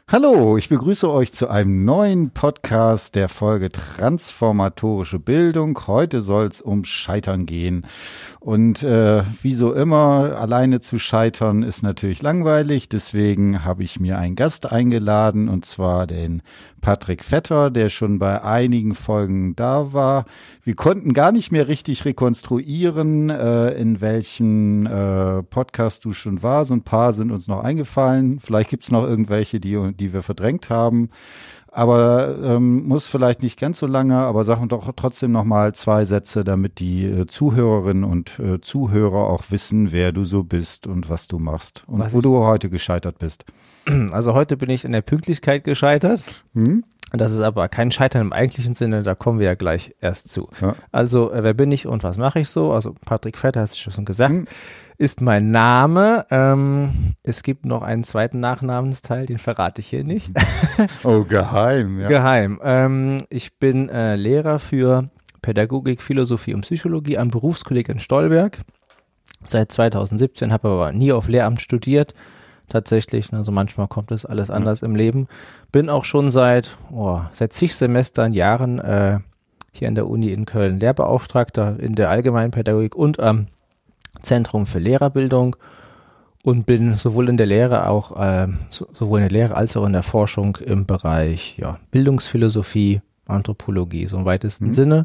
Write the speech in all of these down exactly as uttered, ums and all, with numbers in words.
Hallo, ich begrüße euch zu einem neuen Podcast der Folge Transformatorische Bildung. Heute soll es um Scheitern gehen. Und äh, wie so immer, alleine zu scheitern ist natürlich langweilig. Deswegen habe ich mir einen Gast eingeladen, und zwar den Patrick Vetter, der schon bei einigen Folgen da war. Wir konnten gar nicht mehr richtig rekonstruieren, äh, in welchem äh, Podcast du schon warst. So ein paar sind uns noch eingefallen. Vielleicht gibt es noch irgendwelche, die, die wir verdrängt haben. Aber ähm, muss vielleicht nicht ganz so lange, aber sagen doch trotzdem noch mal zwei Sätze, damit die äh, Zuhörerinnen und äh, Zuhörer auch wissen, wer du so bist und was du machst und was wo du heute gescheitert bist. Also heute bin ich in der Pünktlichkeit gescheitert. Hm? Das ist aber kein Scheitern im eigentlichen Sinne, da kommen wir ja gleich erst zu. Ja. Also äh, wer bin ich und was mache ich so? Also Patrick Vetter, hast du schon gesagt, hm. ist mein Name. Ähm, es gibt noch einen zweiten Nachnamensteil, den verrate ich hier nicht. Oh, geheim. Ja. Geheim. Ähm, ich bin äh, Lehrer für Pädagogik, Philosophie und Psychologie am Berufskolleg in Stolberg. Seit zweitausendsiebzehn, habe aber nie auf Lehramt studiert. Tatsächlich, also manchmal kommt es alles anders ja. im Leben. Bin auch schon seit, oh, seit zig Semestern, Jahren äh, hier an der Uni in Köln Lehrbeauftragter in der Allgemeinpädagogik und am Zentrum für Lehrerbildung und bin sowohl in der Lehre auch, äh, so, sowohl in der Lehre als auch in der Forschung im Bereich ja, Bildungsphilosophie, Anthropologie, so im weitesten mhm. Sinne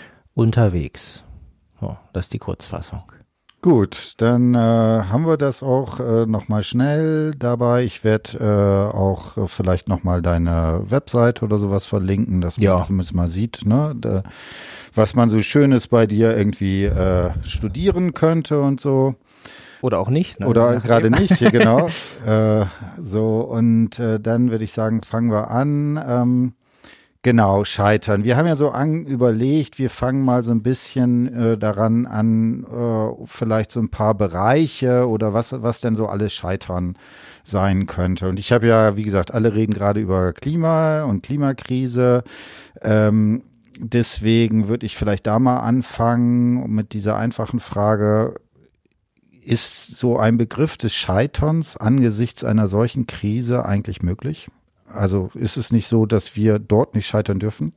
unterwegs. So, das ist die Kurzfassung. Gut, dann äh, haben wir das auch äh, nochmal schnell dabei. Ich werde äh, auch äh, vielleicht nochmal deine Website oder sowas verlinken, dass man ja. das zumindest mal sieht, ne? Da, was man so Schönes bei dir irgendwie äh, studieren könnte und so. Oder auch nicht. Ne? Oder gerade nicht, genau. äh, so, und äh, dann würde ich sagen, fangen wir an. Ähm, Genau, scheitern. Wir haben ja so an, überlegt, wir fangen mal so ein bisschen äh, daran an, äh, vielleicht so ein paar Bereiche oder was, was denn so alles Scheitern sein könnte. Und ich habe ja, wie gesagt, alle reden gerade über Klima und Klimakrise. Ähm, deswegen würde ich vielleicht da mal anfangen mit dieser einfachen Frage: Ist so ein Begriff des Scheiterns angesichts einer solchen Krise eigentlich möglich? Also ist es nicht so, dass wir dort nicht scheitern dürfen?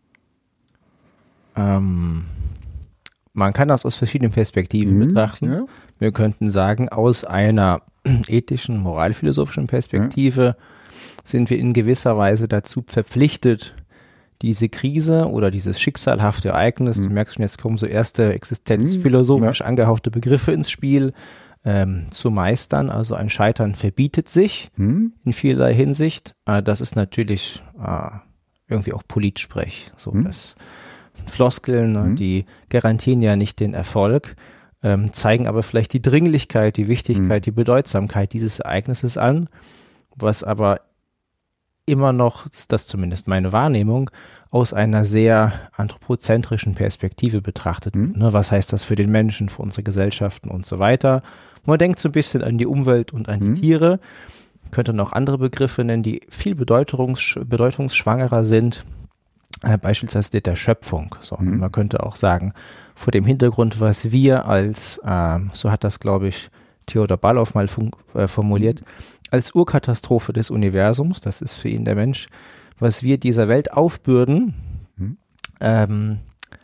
Ähm, man kann das aus verschiedenen Perspektiven mhm, betrachten. Ja. Wir könnten sagen, aus einer ethischen, moralphilosophischen Perspektive ja. sind wir in gewisser Weise dazu verpflichtet, diese Krise oder dieses schicksalhafte Ereignis, mhm. du merkst schon, jetzt kommen so erste existenzphilosophisch ja. angehauchte Begriffe ins Spiel, Ähm, zu meistern. Also ein Scheitern verbietet sich hm. in vielerlei Hinsicht. Äh, das ist natürlich äh, irgendwie auch Politsprech. So, hm. Das sind Floskeln, hm. die garantieren ja nicht den Erfolg, ähm, zeigen aber vielleicht die Dringlichkeit, die Wichtigkeit, hm. die Bedeutsamkeit dieses Ereignisses an, was aber immer noch, das ist zumindest meine Wahrnehmung, aus einer sehr anthropozentrischen Perspektive betrachtet. Hm. Ne, was heißt das für den Menschen, für unsere Gesellschaften und so weiter? Man denkt so ein bisschen an die Umwelt und an die hm. Tiere. Man könnte noch andere Begriffe nennen, die viel bedeutungs- bedeutungsschwangerer sind. Äh, beispielsweise der Schöpfung. So, hm. Man könnte auch sagen, vor dem Hintergrund, was wir als, äh, so hat das, glaube ich, Theodor Ballow mal fun- äh, formuliert, hm. als Urkatastrophe des Universums, das ist für ihn der Mensch, was wir dieser Welt aufbürden, hm. ähm,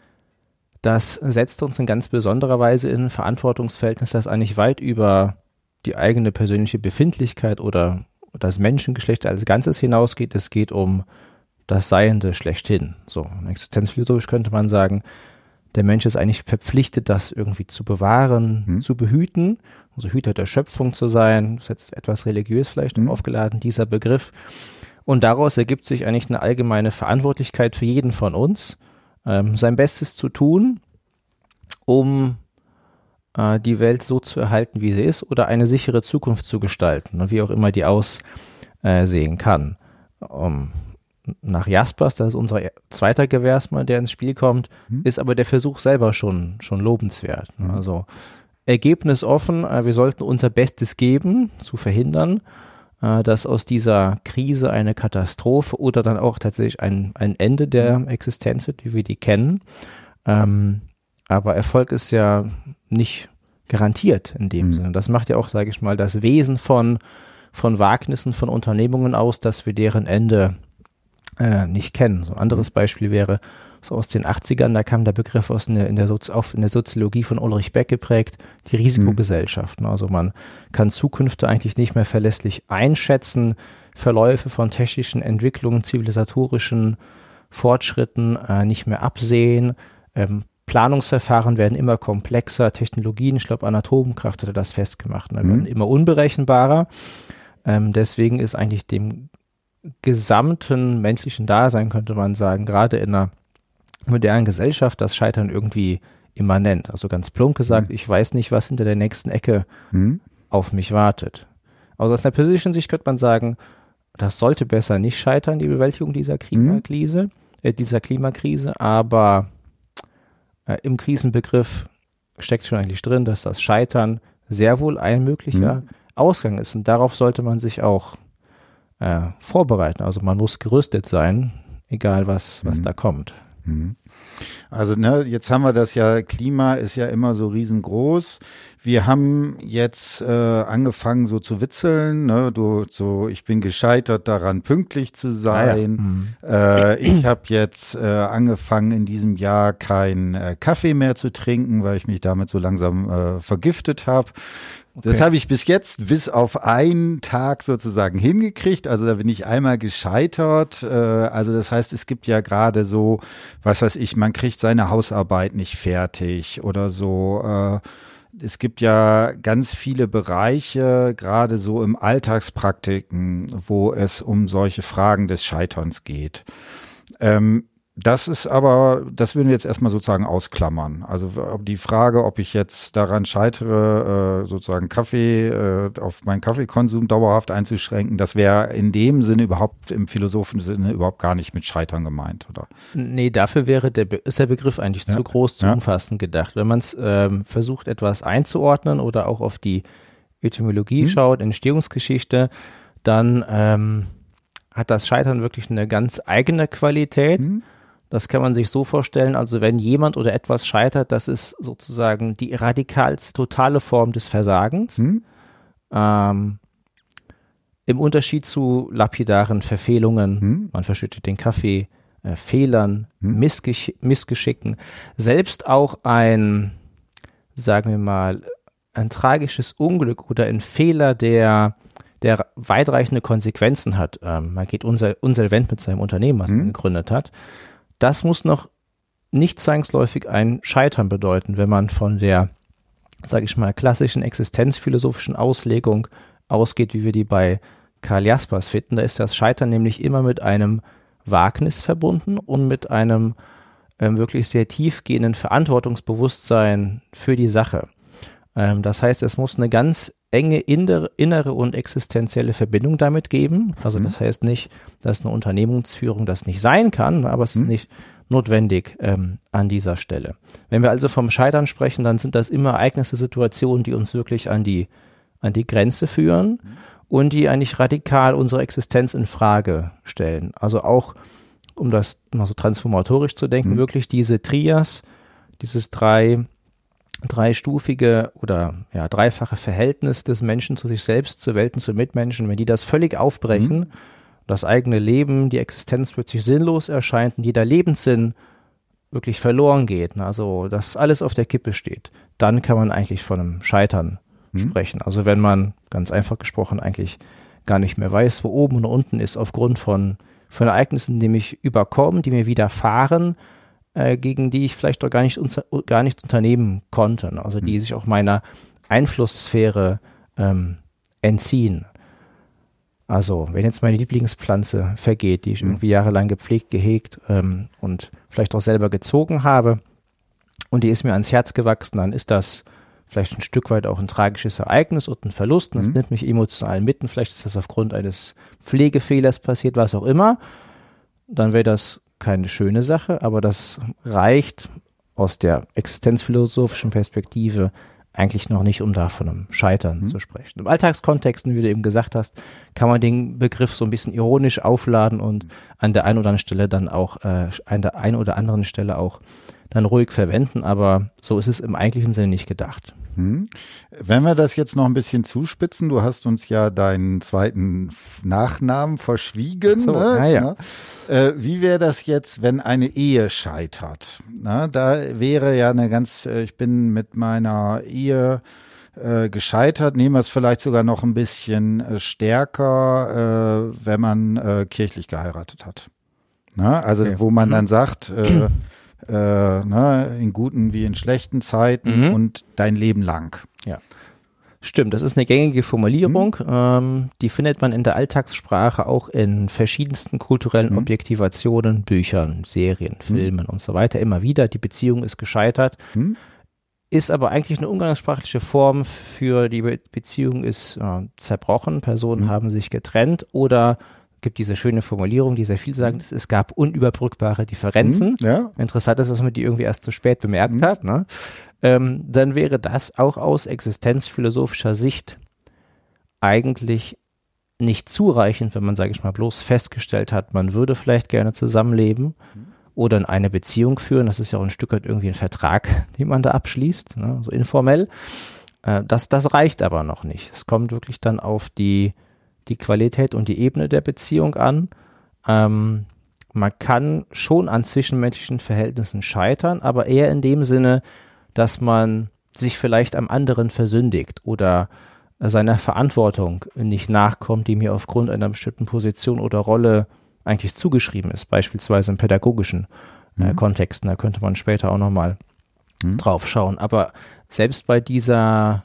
das setzt uns in ganz besonderer Weise in ein Verantwortungsverhältnis, das eigentlich weit über die eigene persönliche Befindlichkeit oder das Menschengeschlecht als Ganzes hinausgeht. Es geht um das Seiende schlechthin. So, existenzphilosophisch könnte man sagen, der Mensch ist eigentlich verpflichtet, das irgendwie zu bewahren, hm. zu behüten, also Hüter der Schöpfung zu sein. Das ist jetzt etwas religiös vielleicht hm. aufgeladen, dieser Begriff. Und daraus ergibt sich eigentlich eine allgemeine Verantwortlichkeit für jeden von uns, ähm, sein Bestes zu tun, um äh, die Welt so zu erhalten, wie sie ist, oder eine sichere Zukunft zu gestalten, wie auch immer die aussehen kann. Um, nach Jaspers, das ist unser zweiter Gewährsmann, der ins Spiel kommt, mhm. ist aber der Versuch selber schon, schon lobenswert. Mhm. Also Ergebnis offen, äh, wir sollten unser Bestes geben, zu verhindern, äh, dass aus dieser Krise eine Katastrophe oder dann auch tatsächlich ein, ein Ende der mhm. Existenz wird, wie wir die kennen. Ähm, aber Erfolg ist ja nicht garantiert in dem mhm. Sinne. Das macht ja auch, sage ich mal, das Wesen von von Wagnissen, von Unternehmungen aus, dass wir deren Ende äh, nicht kennen. So ein anderes Beispiel wäre so aus den achtzigern, da kam der Begriff aus in der, in der, Sozi- auf, in der Soziologie von Ulrich Beck geprägt, die Risikogesellschaften. Also man kann Zukünfte eigentlich nicht mehr verlässlich einschätzen, Verläufe von technischen Entwicklungen, zivilisatorischen Fortschritten äh, nicht mehr absehen, ähm, Planungsverfahren werden immer komplexer, Technologien, ich glaube an Atomkraft hat er das festgemacht, ne, werden mhm. immer unberechenbarer. Ähm, deswegen ist eigentlich dem gesamten menschlichen Dasein, könnte man sagen, gerade in einer modernen Gesellschaft, das Scheitern irgendwie immanent. Also ganz plump gesagt, mhm. ich weiß nicht, was hinter der nächsten Ecke mhm. auf mich wartet. Also aus einer persönlichen Sicht könnte man sagen, das sollte besser nicht scheitern, die Bewältigung dieser Klimakrise, mhm. äh, dieser Klimakrise, aber äh, im Krisenbegriff steckt schon eigentlich drin, dass das Scheitern sehr wohl ein möglicher mhm. Ausgang ist. Und darauf sollte man sich auch äh, vorbereiten. Also man muss gerüstet sein, egal was, was mhm. da kommt. Also ne, jetzt haben wir das ja, Klima ist ja immer so riesengroß. Wir haben jetzt äh, angefangen so zu witzeln, ne? Du so, ich bin gescheitert daran, pünktlich zu sein. Ah, ja. mhm. äh, ich habe jetzt äh, angefangen in diesem Jahr keinen äh, Kaffee mehr zu trinken, weil ich mich damit so langsam äh, vergiftet habe. Okay. Das habe ich bis jetzt bis auf einen Tag sozusagen hingekriegt. Also da bin ich einmal gescheitert. Also das heißt, es gibt ja gerade so, was weiß ich, man kriegt seine Hausarbeit nicht fertig oder so. Es gibt ja ganz viele Bereiche, gerade so im Alltagspraktiken, wo es um solche Fragen des Scheiterns geht. Ähm, Das ist aber, das würden wir jetzt erstmal sozusagen ausklammern. Also die Frage, ob ich jetzt daran scheitere, sozusagen Kaffee, auf meinen Kaffeekonsum dauerhaft einzuschränken, das wäre in dem Sinne überhaupt, im philosophischen Sinne überhaupt gar nicht mit Scheitern gemeint, oder? Nee, dafür wäre der, Be- ist der Begriff eigentlich ja. zu groß, zu ja. umfassend gedacht. Wenn man es ähm, versucht, etwas einzuordnen oder auch auf die Etymologie hm. schaut, Entstehungsgeschichte, dann ähm, hat das Scheitern wirklich eine ganz eigene Qualität. Hm. Das kann man sich so vorstellen, also wenn jemand oder etwas scheitert, das ist sozusagen die radikalste, totale Form des Versagens. Hm. Ähm, im Unterschied zu lapidaren Verfehlungen, hm. man verschüttet den Kaffee, äh, Fehlern, hm. Missgesch- Missgeschicken, selbst auch ein, sagen wir mal, ein tragisches Unglück oder ein Fehler, der der weitreichende Konsequenzen hat. Ähm, man geht unsol- insolvent mit seinem Unternehmen, was hm. man gegründet hat. Das muss noch nicht zwangsläufig ein Scheitern bedeuten, wenn man von der, sage ich mal, klassischen existenzphilosophischen Auslegung ausgeht, wie wir die bei Karl Jaspers finden. Da ist das Scheitern nämlich immer mit einem Wagnis verbunden und mit einem ähm, wirklich sehr tiefgehenden Verantwortungsbewusstsein für die Sache. Ähm, das heißt, es muss eine ganz enge innere, innere und existenzielle Verbindung damit geben. Also das heißt nicht, dass eine Unternehmensführung das nicht sein kann, aber es ist mhm. nicht notwendig ähm, an dieser Stelle. Wenn wir also vom Scheitern sprechen, dann sind das immer Ereignisse, Situationen, die uns wirklich an die, an die Grenze führen mhm. und die eigentlich radikal unsere Existenz in Frage stellen. Also auch, um das mal so transformatorisch zu denken, mhm. wirklich diese Trias, dieses drei dreistufige oder ja dreifache Verhältnis des Menschen zu sich selbst, zur Welt und zu Mitmenschen, wenn die das völlig aufbrechen, mhm. das eigene Leben, die Existenz plötzlich sinnlos erscheint und jeder Lebenssinn wirklich verloren geht, ne? Also dass alles auf der Kippe steht, dann kann man eigentlich von einem Scheitern mhm. sprechen. Also wenn man, ganz einfach gesprochen, eigentlich gar nicht mehr weiß, wo oben und unten ist, aufgrund von, von Ereignissen, die mich überkommen, die mir widerfahren, gegen die ich vielleicht doch gar nicht, gar nichts unternehmen konnte, also die sich auch meiner Einflusssphäre ähm, entziehen. Also wenn jetzt meine Lieblingspflanze vergeht, die ich mhm. irgendwie jahrelang gepflegt, gehegt ähm, und vielleicht auch selber gezogen habe und die ist mir ans Herz gewachsen, dann ist das vielleicht ein Stück weit auch ein tragisches Ereignis und ein Verlust und das mhm. nimmt mich emotional mit und vielleicht ist das aufgrund eines Pflegefehlers passiert, was auch immer, dann wäre das keine schöne Sache, aber das reicht aus der existenzphilosophischen Perspektive eigentlich noch nicht, um da von einem Scheitern mhm. zu sprechen. Im Alltagskkontext, wie du eben gesagt hast, kann man den Begriff so ein bisschen ironisch aufladen und an der einen oder anderen Stelle dann auch, äh, an der einen oder anderen Stelle auch dann ruhig verwenden, aber so ist es im eigentlichen Sinne nicht gedacht. Hm. Wenn wir das jetzt noch ein bisschen zuspitzen, du hast uns ja deinen zweiten Nachnamen verschwiegen. So, ne? ja, ja. Äh, wie wäre das jetzt, wenn eine Ehe scheitert? Na, da wäre ja eine ganz, äh, ich bin mit meiner Ehe äh, gescheitert, nehmen wir es vielleicht sogar noch ein bisschen äh, stärker, äh, wenn man äh, kirchlich geheiratet hat. Na, also okay. Wo man dann sagt, äh, Äh, ne, in guten wie in schlechten Zeiten mhm. und dein Leben lang. Ja, stimmt. Das ist eine gängige Formulierung. Mhm. Ähm, die findet man in der Alltagssprache auch in verschiedensten kulturellen mhm. Objektivationen, Büchern, Serien, Filmen mhm. und so weiter. Immer wieder. Die Beziehung ist gescheitert. Mhm. Ist aber eigentlich eine umgangssprachliche Form für die Be- Beziehung ist äh, zerbrochen. Personen mhm. haben sich getrennt oder gibt diese schöne Formulierung, die sehr vielsagend ist, es gab unüberbrückbare Differenzen. Mhm, ja. Interessant ist, dass man die irgendwie erst zu spät bemerkt mhm. hat. Ne? Ähm, dann wäre das auch aus existenzphilosophischer Sicht eigentlich nicht zureichend, wenn man, sage ich mal, bloß festgestellt hat, man würde vielleicht gerne zusammenleben mhm. oder in eine Beziehung führen. Das ist ja auch ein Stück weit irgendwie ein Vertrag, den man da abschließt, ne? So informell. Äh, das, das reicht aber noch nicht. Es kommt wirklich dann auf die die Qualität und die Ebene der Beziehung an. Ähm, man kann schon an zwischenmenschlichen Verhältnissen scheitern, aber eher in dem Sinne, dass man sich vielleicht am anderen versündigt oder seiner Verantwortung nicht nachkommt, die mir aufgrund einer bestimmten Position oder Rolle eigentlich zugeschrieben ist, beispielsweise im pädagogischen äh, mhm. Kontexten. Da könnte man später auch nochmal mhm. drauf schauen. Aber selbst bei dieser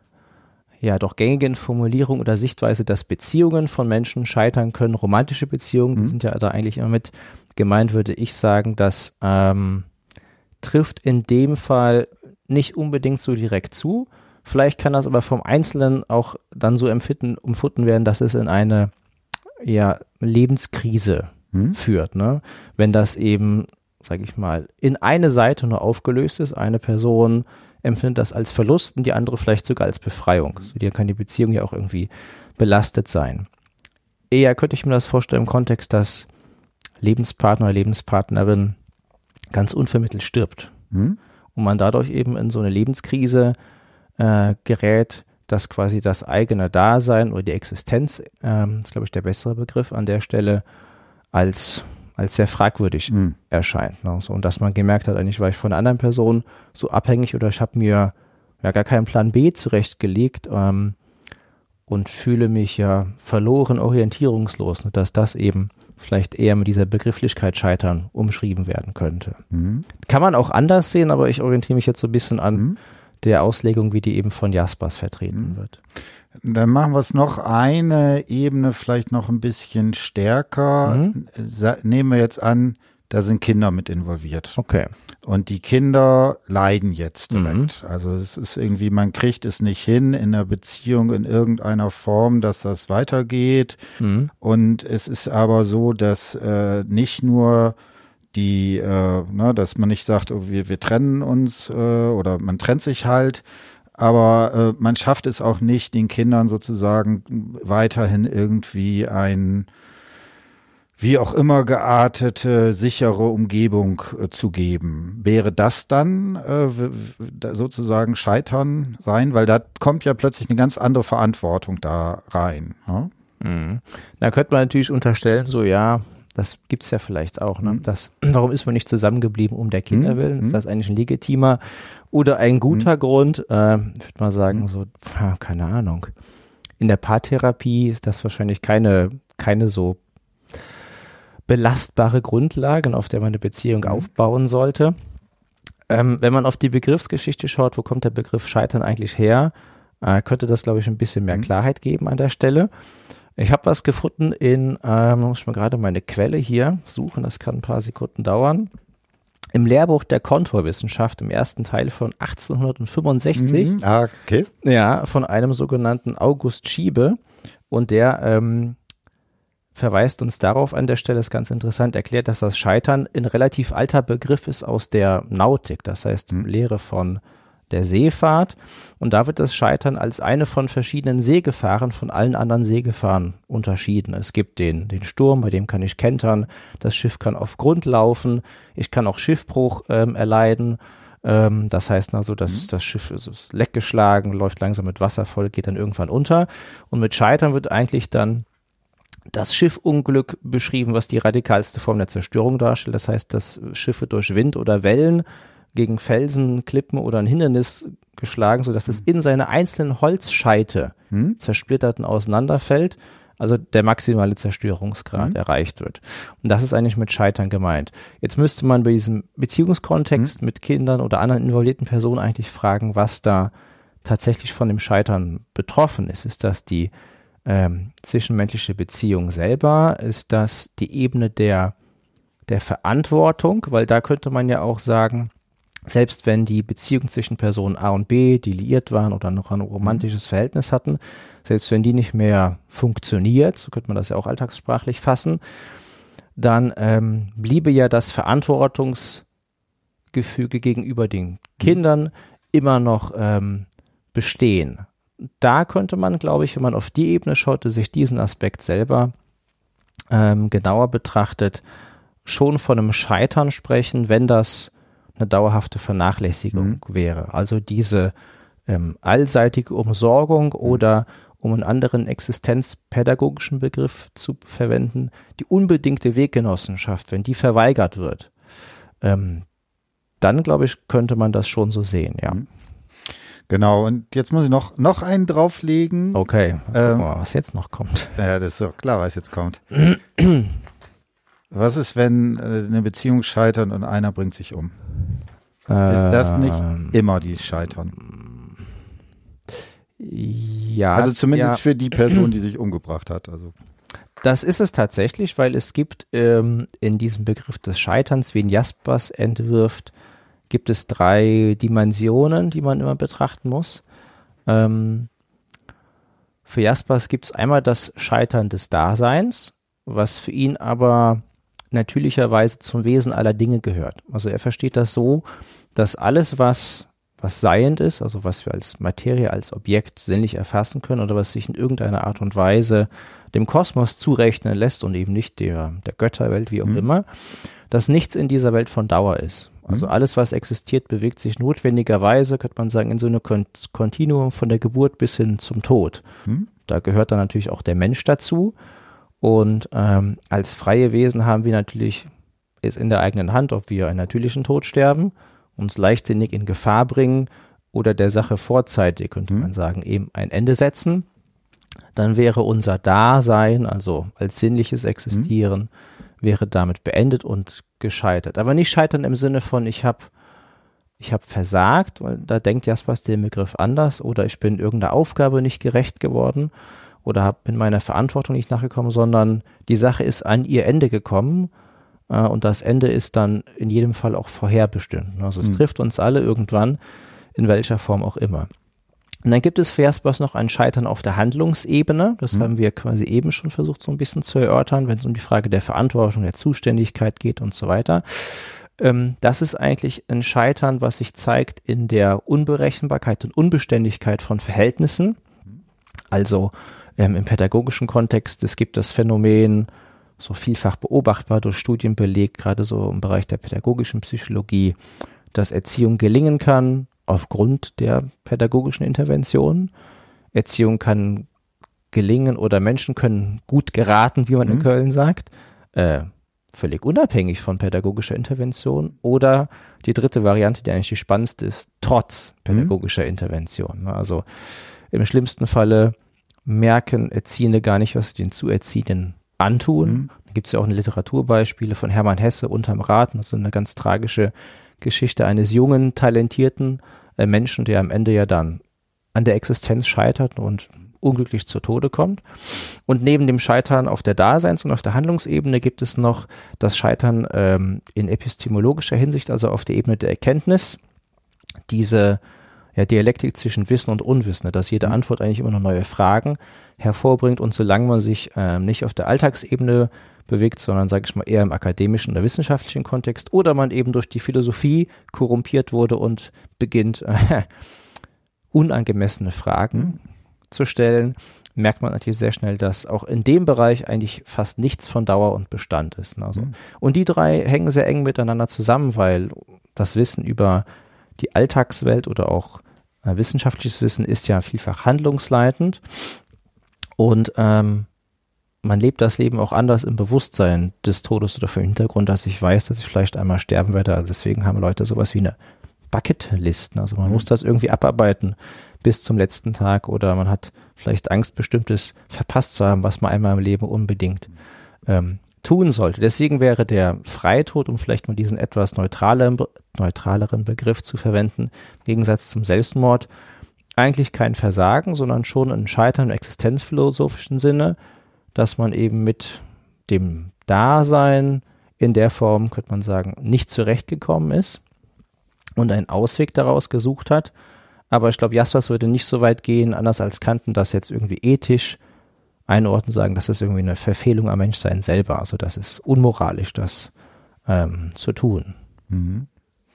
ja doch gängigen Formulierung oder Sichtweise, dass Beziehungen von Menschen scheitern können, romantische Beziehungen, mhm. die sind ja da eigentlich immer mit gemeint, würde ich sagen, das ähm, trifft in dem Fall nicht unbedingt so direkt zu. Vielleicht kann das aber vom Einzelnen auch dann so empfinden, empfunden werden, dass es in eine ja, Lebenskrise mhm. führt, ne? Wenn das eben, sage ich mal, in eine Seite nur aufgelöst ist, eine Person empfindet das als Verlust und die andere vielleicht sogar als Befreiung. So, dir kann die Beziehung ja auch irgendwie belastet sein. Eher könnte ich mir das vorstellen im Kontext, dass Lebenspartner oder Lebenspartnerin ganz unvermittelt stirbt. Mhm. Und man dadurch eben in so eine Lebenskrise äh, gerät, dass quasi das eigene Dasein oder die Existenz, ähm, ist glaube ich der bessere Begriff an der Stelle, als als sehr fragwürdig mhm. erscheint. Ne? So, und dass man gemerkt hat, eigentlich war ich von einer anderen Person so abhängig oder ich habe mir ja gar keinen Plan B zurechtgelegt ähm, und fühle mich ja verloren, orientierungslos. Und dass das eben vielleicht eher mit dieser Begrifflichkeit Scheitern umschrieben werden könnte. Mhm. Kann man auch anders sehen, aber ich orientiere mich jetzt so ein bisschen an mhm. der Auslegung, wie die eben von Jaspers vertreten mhm. wird. Dann machen wir es noch eine Ebene vielleicht noch ein bisschen stärker. Mhm. Nehmen wir jetzt an, da sind Kinder mit involviert. Okay. Und die Kinder leiden jetzt direkt. Mhm. Also es ist irgendwie, man kriegt es nicht hin in der Beziehung in irgendeiner Form, dass das weitergeht. Mhm. Und es ist aber so, dass äh, nicht nur die, äh, ne, dass man nicht sagt, oh, wir, wir trennen uns äh, oder man trennt sich halt, aber äh, man schafft es auch nicht, den Kindern sozusagen weiterhin irgendwie ein wie auch immer geartete, sichere Umgebung äh, zu geben. Wäre das dann äh, sozusagen Scheitern sein? Weil da kommt ja plötzlich eine ganz andere Verantwortung da rein. Ja? Mhm. Da könnte man natürlich unterstellen, so ja, das gibt's ja vielleicht auch. Ne? Das, warum ist man nicht zusammengeblieben um der Kinder willen? Mhm. Ist das eigentlich ein legitimer oder ein guter mhm. Grund? Äh, ich würde mal sagen, mhm. so, keine Ahnung. In der Paartherapie ist das wahrscheinlich keine, keine so belastbare Grundlage, auf der man eine Beziehung mhm. aufbauen sollte. Ähm, wenn man auf die Begriffsgeschichte schaut, wo kommt der Begriff Scheitern eigentlich her, äh, könnte das, glaube ich, ein bisschen mehr mhm. Klarheit geben an der Stelle. Ich habe was gefunden in, ähm, muss ich mal gerade meine Quelle hier suchen, das kann ein paar Sekunden dauern. Im Lehrbuch der Konturwissenschaft im ersten Teil von achtzehnhundertfünfundsechzig. Mhm. Ah, okay. Ja, von einem sogenannten August Schiebe. Und der ähm, verweist uns darauf an der Stelle, ist ganz interessant, erklärt, dass das Scheitern ein relativ alter Begriff ist aus der Nautik, das heißt mhm. Lehre von der Seefahrt. Und da wird das Scheitern als eine von verschiedenen Seegefahren von allen anderen Seegefahren unterschieden. Es gibt den, den Sturm, bei dem kann ich kentern, das Schiff kann auf Grund laufen, ich kann auch Schiffbruch ähm, erleiden. Ähm, das heißt also, dass mhm. das Schiff ist, ist leckgeschlagen, läuft langsam mit Wasser voll, geht dann irgendwann unter. Und mit Scheitern wird eigentlich dann das Schiffunglück beschrieben, was die radikalste Form der Zerstörung darstellt. Das heißt, dass Schiffe durch Wind oder Wellen gegen Felsen, Klippen oder ein Hindernis geschlagen, sodass es in seine einzelnen Holzscheite hm? zersplittert und auseinanderfällt, also der maximale Zerstörungsgrad hm? erreicht wird. Und das ist eigentlich mit Scheitern gemeint. Jetzt müsste man bei diesem Beziehungskontext hm? mit Kindern oder anderen involvierten Personen eigentlich fragen, was da tatsächlich von dem Scheitern betroffen ist. Ist das die ähm, zwischenmenschliche Beziehung selber? Ist das die Ebene der, der Verantwortung? Weil da könnte man ja auch sagen, selbst wenn die Beziehung zwischen Personen A und B, die liiert waren oder noch ein romantisches Verhältnis hatten, selbst wenn die nicht mehr funktioniert, so könnte man das ja auch alltagssprachlich fassen, dann ähm, bliebe ja das Verantwortungsgefüge gegenüber den Kindern immer noch ähm, bestehen. Da könnte man, glaube ich, wenn man auf die Ebene schaut, sich diesen Aspekt selber ähm, genauer betrachtet, schon von einem Scheitern sprechen, wenn das eine dauerhafte Vernachlässigung mhm. wäre. Also diese ähm, allseitige Umsorgung mhm. oder, um einen anderen existenzpädagogischen Begriff zu verwenden, die unbedingte Weggenossenschaft, wenn die verweigert wird, ähm, dann, glaube ich, könnte man das schon so sehen, ja. Mhm. Genau, und jetzt muss ich noch, noch einen drauflegen. Okay, ähm, mal, was jetzt noch kommt. Ja, das ist doch klar, was jetzt kommt. Was ist, wenn äh, eine Beziehung scheitert und einer bringt sich um? Ähm, ist das nicht immer die Scheitern? Ja. Also zumindest ja. für die Person, die sich umgebracht hat. Also. Das ist es tatsächlich, weil es gibt ähm, in diesem Begriff des Scheiterns, wie ihn Jaspers entwirft, gibt es drei Dimensionen, die man immer betrachten muss. Ähm, für Jaspers gibt es einmal das Scheitern des Daseins, was für ihn aber natürlicherweise zum Wesen aller Dinge gehört. Also er versteht das so, dass alles, was, was seiend ist, also was wir als Materie, als Objekt sinnlich erfassen können oder was sich in irgendeiner Art und Weise dem Kosmos zurechnen lässt und eben nicht der, der Götterwelt, wie auch mhm. immer, dass nichts in dieser Welt von Dauer ist. Also alles, was existiert, bewegt sich notwendigerweise, könnte man sagen, in so einem Kontinuum von der Geburt bis hin zum Tod. Mhm. Da gehört dann natürlich auch der Mensch dazu. Und ähm, als freie Wesen haben wir natürlich es in der eigenen Hand, ob wir einen natürlichen Tod sterben, uns leichtsinnig in Gefahr bringen oder der Sache vorzeitig, könnte mhm. man sagen, eben ein Ende setzen. Dann wäre unser Dasein, also als sinnliches Existieren, mhm. wäre damit beendet und gescheitert. Aber nicht scheitern im Sinne von, ich habe ich hab versagt, weil da denkt Jaspers den Begriff anders, oder ich bin irgendeiner Aufgabe nicht gerecht geworden oder hab, bin meiner Verantwortung nicht nachgekommen, sondern die Sache ist an ihr Ende gekommen äh, und das Ende ist dann in jedem Fall auch vorherbestimmt. Also es mhm. trifft uns alle irgendwann, in welcher Form auch immer. Und dann gibt es für Jaspers noch ein Scheitern auf der Handlungsebene. Das mhm. haben wir quasi eben schon versucht, so ein bisschen zu erörtern, wenn es um die Frage der Verantwortung, der Zuständigkeit geht und so weiter. Ähm, das ist eigentlich ein Scheitern, was sich zeigt in der Unberechenbarkeit und Unbeständigkeit von Verhältnissen. Also ähm, im pädagogischen Kontext, es gibt das Phänomen, so vielfach beobachtbar, durch Studien belegt, gerade so im Bereich der pädagogischen Psychologie, dass Erziehung gelingen kann, aufgrund der pädagogischen Intervention. Erziehung kann gelingen oder Menschen können gut geraten, wie man mhm. in Köln sagt, äh, völlig unabhängig von pädagogischer Intervention. Oder die dritte Variante, die eigentlich die spannendste ist, trotz pädagogischer mhm. Intervention. Also im schlimmsten Falle merken Erziehende gar nicht, was sie den Zuerziehenden antun. Mhm. Da gibt es ja auch eine Literaturbeispiele von Hermann Hesse, Unterm Rad, das ist eine ganz tragische Geschichte eines jungen, talentierten äh, Menschen, der am Ende ja dann an der Existenz scheitert und unglücklich zu Tode kommt. Und neben dem Scheitern auf der Daseins- und auf der Handlungsebene gibt es noch das Scheitern ähm, in epistemologischer Hinsicht, also auf der Ebene der Erkenntnis. Diese ja, Dialektik zwischen Wissen und Unwissen, dass jede mhm. Antwort eigentlich immer noch neue Fragen hervorbringt und solange man sich äh, nicht auf der Alltagsebene bewegt, sondern, sage ich mal, eher im akademischen oder wissenschaftlichen Kontext oder man eben durch die Philosophie korrumpiert wurde und beginnt, äh, unangemessene Fragen mhm. zu stellen, merkt man natürlich sehr schnell, dass auch in dem Bereich eigentlich fast nichts von Dauer und Bestand ist. Also, mhm. Und die drei hängen sehr eng miteinander zusammen, weil das Wissen über die Alltagswelt oder auch äh, wissenschaftliches Wissen ist ja vielfach handlungsleitend und ähm, man lebt das Leben auch anders im Bewusstsein des Todes oder vom Hintergrund, dass ich weiß, dass ich vielleicht einmal sterben werde. Also deswegen haben Leute sowas wie eine Bucketlist. Also man mhm. muss das irgendwie abarbeiten bis zum letzten Tag oder man hat vielleicht Angst, Bestimmtes verpasst zu haben, was man einmal im Leben unbedingt ähm, tun sollte. Deswegen wäre der Freitod, um vielleicht mal diesen etwas neutraleren, neutraleren Begriff zu verwenden, im Gegensatz zum Selbstmord, eigentlich kein Versagen, sondern schon ein Scheitern im existenzphilosophischen Sinne, dass man eben mit dem Dasein in der Form, könnte man sagen, nicht zurechtgekommen ist und einen Ausweg daraus gesucht hat. Aber ich glaube, Jaspers würde nicht so weit gehen, anders als Kanten, das jetzt irgendwie ethisch einordnen, sagen, das ist irgendwie eine Verfehlung am Menschsein selber. Also das ist unmoralisch, das ähm, zu tun. Mhm.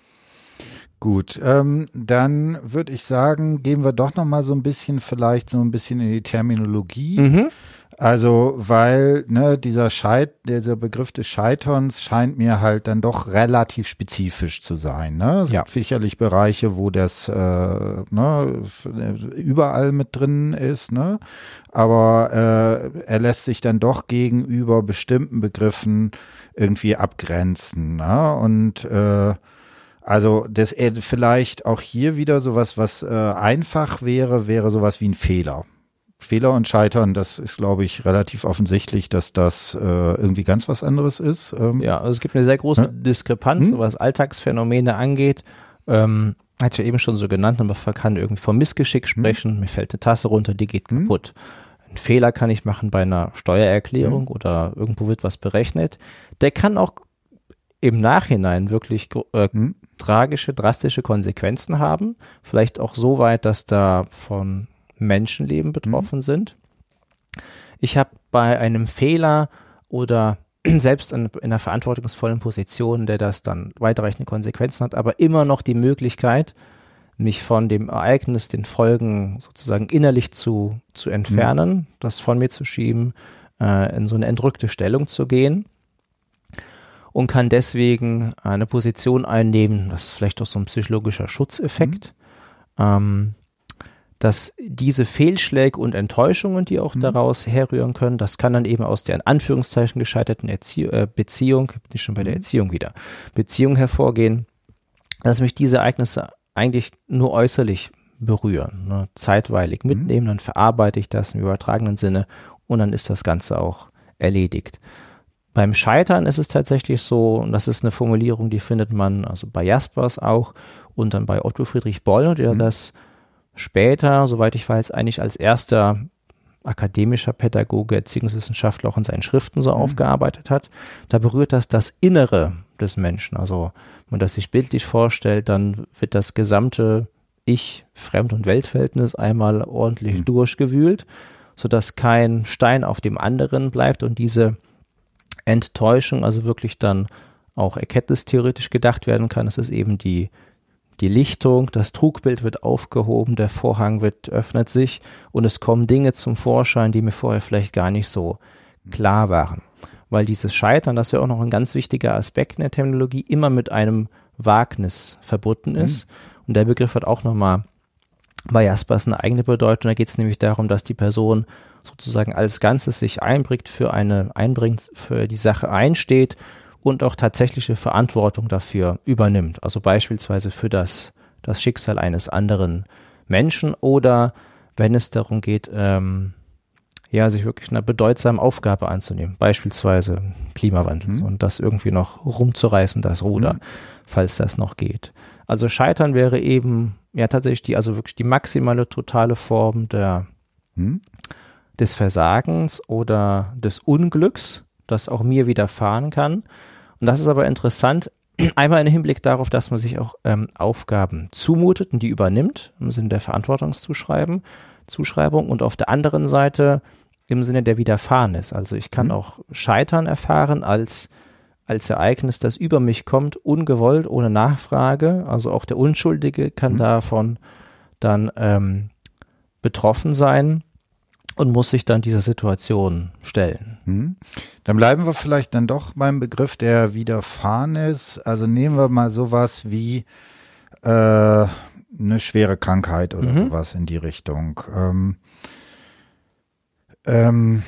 Gut, ähm, dann würde ich sagen, gehen wir doch noch mal so ein bisschen vielleicht so ein bisschen in die Terminologie. Mhm. Also, weil ne, dieser Scheit, dieser Begriff des Scheiterns scheint mir halt dann doch relativ spezifisch zu sein. Ne? Es ja. gibt sicherlich Bereiche, wo das äh, ne, überall mit drin ist, ne? Aber äh, er lässt sich dann doch gegenüber bestimmten Begriffen irgendwie abgrenzen. Ne? Und äh, also das äh, vielleicht auch hier wieder sowas, was äh, einfach wäre, wäre sowas wie ein Fehler. Fehler und Scheitern, das ist, glaube ich, relativ offensichtlich, dass das äh, irgendwie ganz was anderes ist. Ähm, ja, also es gibt eine sehr große ja? Diskrepanz, hm? was Alltagsphänomene angeht. Ähm, hat ich ja eben schon so genannt, aber man kann irgendwie vom Missgeschick sprechen. Hm? Mir fällt eine Tasse runter, die geht hm? kaputt. Einen Fehler kann ich machen bei einer Steuererklärung hm? oder irgendwo wird was berechnet. Der kann auch im Nachhinein wirklich äh, hm? tragische, drastische Konsequenzen haben. Vielleicht auch so weit, dass da von Menschenleben betroffen mhm. sind. Ich habe bei einem Fehler oder selbst in, in einer verantwortungsvollen Position, der das dann weitreichende Konsequenzen hat, aber immer noch die Möglichkeit, mich von dem Ereignis, den Folgen sozusagen innerlich zu, zu entfernen, mhm. das von mir zu schieben, äh, in so eine entrückte Stellung zu gehen und kann deswegen eine Position einnehmen, das ist vielleicht auch so ein psychologischer Schutzeffekt, mhm. ähm, dass diese Fehlschläge und Enttäuschungen, die auch mhm. daraus herrühren können, das kann dann eben aus der in Anführungszeichen gescheiterten Erzie- äh, Beziehung, nicht schon bei der Erziehung wieder, Beziehung hervorgehen, dass mich diese Ereignisse eigentlich nur äußerlich berühren, ne, zeitweilig mitnehmen, mhm. dann verarbeite ich das im übertragenen Sinne und dann ist das Ganze auch erledigt. Beim Scheitern ist es tatsächlich so, und das ist eine Formulierung, die findet man also bei Jaspers auch und dann bei Otto Friedrich Boll, der mhm. das später, soweit ich weiß, eigentlich als erster akademischer Pädagoge, Erziehungswissenschaftler auch in seinen Schriften so mhm. aufgearbeitet hat. Da berührt das das Innere des Menschen. Also wenn man das sich bildlich vorstellt, dann wird das gesamte Ich-, Fremd- und Weltverhältnis einmal ordentlich mhm. durchgewühlt, sodass kein Stein auf dem anderen bleibt und diese Enttäuschung also wirklich dann auch erkenntnistheoretisch gedacht werden kann. Es ist eben die Die Lichtung, das Trugbild wird aufgehoben, der Vorhang wird, öffnet sich und es kommen Dinge zum Vorschein, die mir vorher vielleicht gar nicht so klar waren. Weil dieses Scheitern, das wäre auch noch ein ganz wichtiger Aspekt in der Terminologie, immer mit einem Wagnis verbunden ist. Mhm. Und der Begriff hat auch nochmal bei Jaspers eine eigene Bedeutung. Da geht es nämlich darum, dass die Person sozusagen als Ganzes sich einbringt, für eine einbringt, für die Sache einsteht und auch tatsächliche Verantwortung dafür übernimmt. Also beispielsweise für das, das Schicksal eines anderen Menschen oder wenn es darum geht, ähm, ja, sich wirklich einer bedeutsamen Aufgabe anzunehmen, beispielsweise Klimawandel mhm. und das irgendwie noch rumzureißen, das Ruder, mhm. falls das noch geht. Also Scheitern wäre eben ja tatsächlich die, also wirklich die maximale, totale Form der, mhm. des Versagens oder des Unglücks, das auch mir widerfahren kann. Und das ist aber interessant, Einmal im Hinblick darauf, dass man sich auch ähm, Aufgaben zumutet und die übernimmt, im Sinne der Verantwortungszuschreibung, Zuschreibung, und auf der anderen Seite im Sinne der Widerfahrenes. Also ich kann mhm. auch Scheitern erfahren als, als Ereignis, das über mich kommt, ungewollt, ohne Nachfrage. Also auch der Unschuldige kann mhm. davon dann ähm, betroffen sein und muss sich dann dieser Situation stellen. Hm. Dann bleiben wir vielleicht dann doch beim Begriff der Widerfahrenes. Also nehmen wir mal sowas wie äh, eine schwere Krankheit oder mhm. sowas in die Richtung. Ähm, ähm,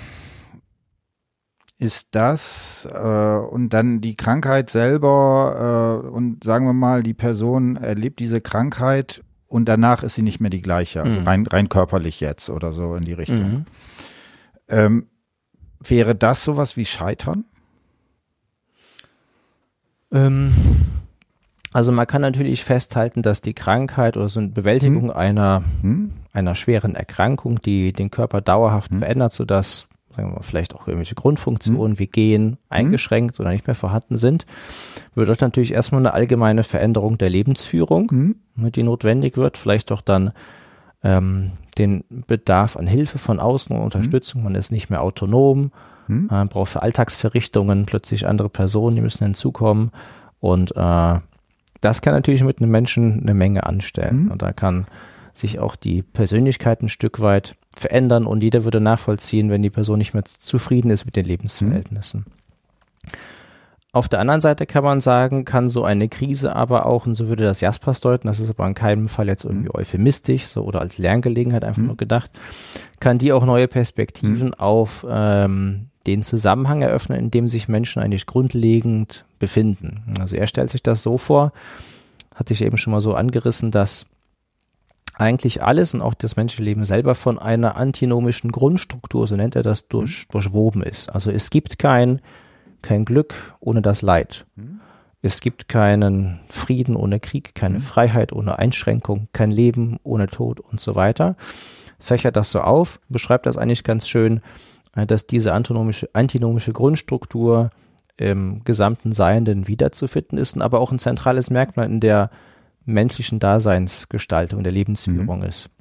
ist das äh, und dann die Krankheit selber äh, und sagen wir mal, die Person erlebt diese Krankheit und danach ist sie nicht mehr die gleiche, also mhm. rein, rein körperlich jetzt oder so in die Richtung. Mhm. Ähm, wäre das sowas wie Scheitern? Ähm, also man kann natürlich festhalten, dass die Krankheit oder so eine Bewältigung mhm. einer, mhm. einer schweren Erkrankung, die den Körper dauerhaft mhm. verändert, sodass sagen wir mal, vielleicht auch irgendwelche Grundfunktionen mhm. wie Gehen eingeschränkt mhm. oder nicht mehr vorhanden sind, bedeutet natürlich erstmal eine allgemeine Veränderung der Lebensführung, mhm. die notwendig wird, vielleicht auch dann ähm, den Bedarf an Hilfe von außen und Unterstützung, mhm. man ist nicht mehr autonom, mhm. man braucht für Alltagsverrichtungen plötzlich andere Personen, die müssen hinzukommen, und äh, das kann natürlich mit einem Menschen eine Menge anstellen, mhm. und da kann sich auch die Persönlichkeit ein Stück weit verändern, und jeder würde nachvollziehen, wenn die Person nicht mehr zufrieden ist mit den Lebensverhältnissen. Mhm. Auf der anderen Seite kann man sagen, kann so eine Krise aber auch, und so würde das Jaspers deuten, das ist aber in keinem Fall jetzt irgendwie euphemistisch so oder als Lerngelegenheit einfach mhm. nur gedacht, kann die auch neue Perspektiven mhm. auf ähm, den Zusammenhang eröffnen, in dem sich Menschen eigentlich grundlegend befinden. Also er stellt sich das so vor, hatte ich eben schon mal so angerissen, dass eigentlich alles und auch das menschliche Leben selber von einer antinomischen Grundstruktur, so nennt er das, durch, durchwoben ist. Also es gibt kein Kein Glück ohne das Leid. Mhm. Es gibt keinen Frieden ohne Krieg, keine mhm. Freiheit ohne Einschränkung, kein Leben ohne Tod und so weiter. Fächert das so auf, beschreibt das eigentlich ganz schön, dass diese antinomische, antinomische Grundstruktur im gesamten Seienden wiederzufinden ist, aber auch ein zentrales Merkmal in der menschlichen Daseinsgestaltung, der Lebensführung mhm. ist.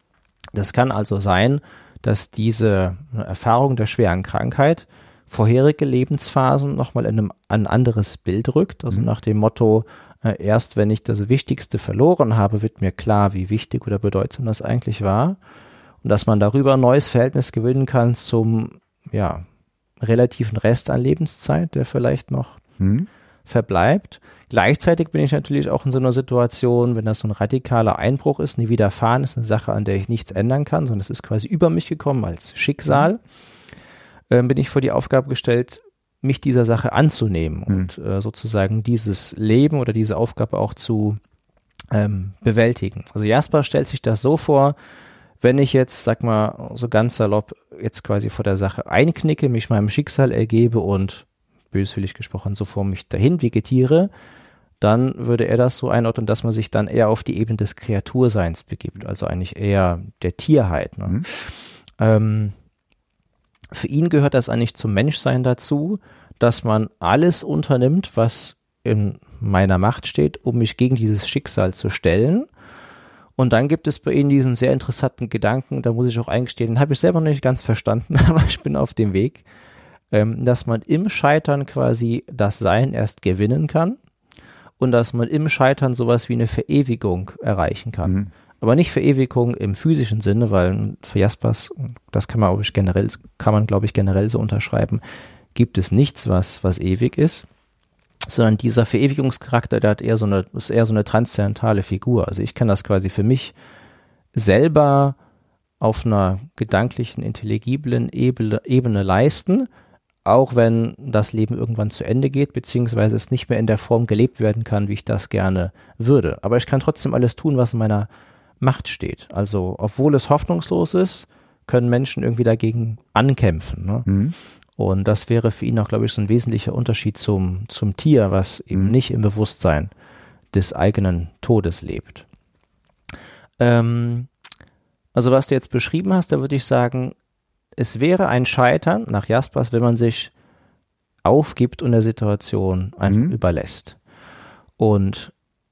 Das kann also sein, dass diese Erfahrung der schweren Krankheit vorherige Lebensphasen nochmal in einem, ein anderes Bild rückt, also mhm. nach dem Motto, äh, erst wenn ich das Wichtigste verloren habe, wird mir klar, wie wichtig oder bedeutsam das eigentlich war, und dass man darüber ein neues Verhältnis gewinnen kann zum ja, relativen Rest an Lebenszeit, der vielleicht noch mhm. verbleibt. Gleichzeitig bin ich natürlich auch in so einer Situation, wenn das so ein radikaler Einbruch ist, nie widerfahren ist, eine Sache, an der ich nichts ändern kann, sondern es ist quasi über mich gekommen als Schicksal, mhm. bin ich vor die Aufgabe gestellt, mich dieser Sache anzunehmen mhm. und äh, sozusagen dieses Leben oder diese Aufgabe auch zu ähm, bewältigen. Also Jasper stellt sich das so vor, wenn ich jetzt, sag mal, so ganz salopp jetzt quasi vor der Sache einknicke, mich meinem Schicksal ergebe und böswillig gesprochen so vor mich dahin vegetiere, dann würde er das so einordnen, dass man sich dann eher auf die Ebene des Kreaturseins begibt, also eigentlich eher der Tierheit. Ne? Mhm. Ähm, Für ihn gehört das eigentlich zum Menschsein dazu, dass man alles unternimmt, was in meiner Macht steht, um mich gegen dieses Schicksal zu stellen. Und dann gibt es bei ihm diesen sehr interessanten Gedanken, da muss ich auch eingestehen, den habe ich selber noch nicht ganz verstanden, aber ich bin auf dem Weg, ähm, dass man im Scheitern quasi das Sein erst gewinnen kann und dass man im Scheitern sowas wie eine Verewigung erreichen kann. Mhm. Aber nicht Verewigung im physischen Sinne, weil für Jaspers, das kann man, glaube ich, generell, kann man, glaube ich, generell so unterschreiben, gibt es nichts, was, was ewig ist, sondern dieser Verewigungscharakter, der hat eher so eine, ist eher so eine transzendentale Figur. Also ich kann das quasi für mich selber auf einer gedanklichen, intelligiblen Ebene, Ebene leisten, auch wenn das Leben irgendwann zu Ende geht, beziehungsweise es nicht mehr in der Form gelebt werden kann, wie ich das gerne würde. Aber ich kann trotzdem alles tun, was in meiner Macht steht. Also obwohl es hoffnungslos ist, können Menschen irgendwie dagegen ankämpfen. Ne? Mhm. Und das wäre für ihn auch, glaube ich, so ein wesentlicher Unterschied zum, zum Tier, was eben mhm. nicht im Bewusstsein des eigenen Todes lebt. Ähm, also was du jetzt beschrieben hast, da würde ich sagen, es wäre ein Scheitern nach Jaspers, wenn man sich aufgibt und der Situation einfach mhm. überlässt. Und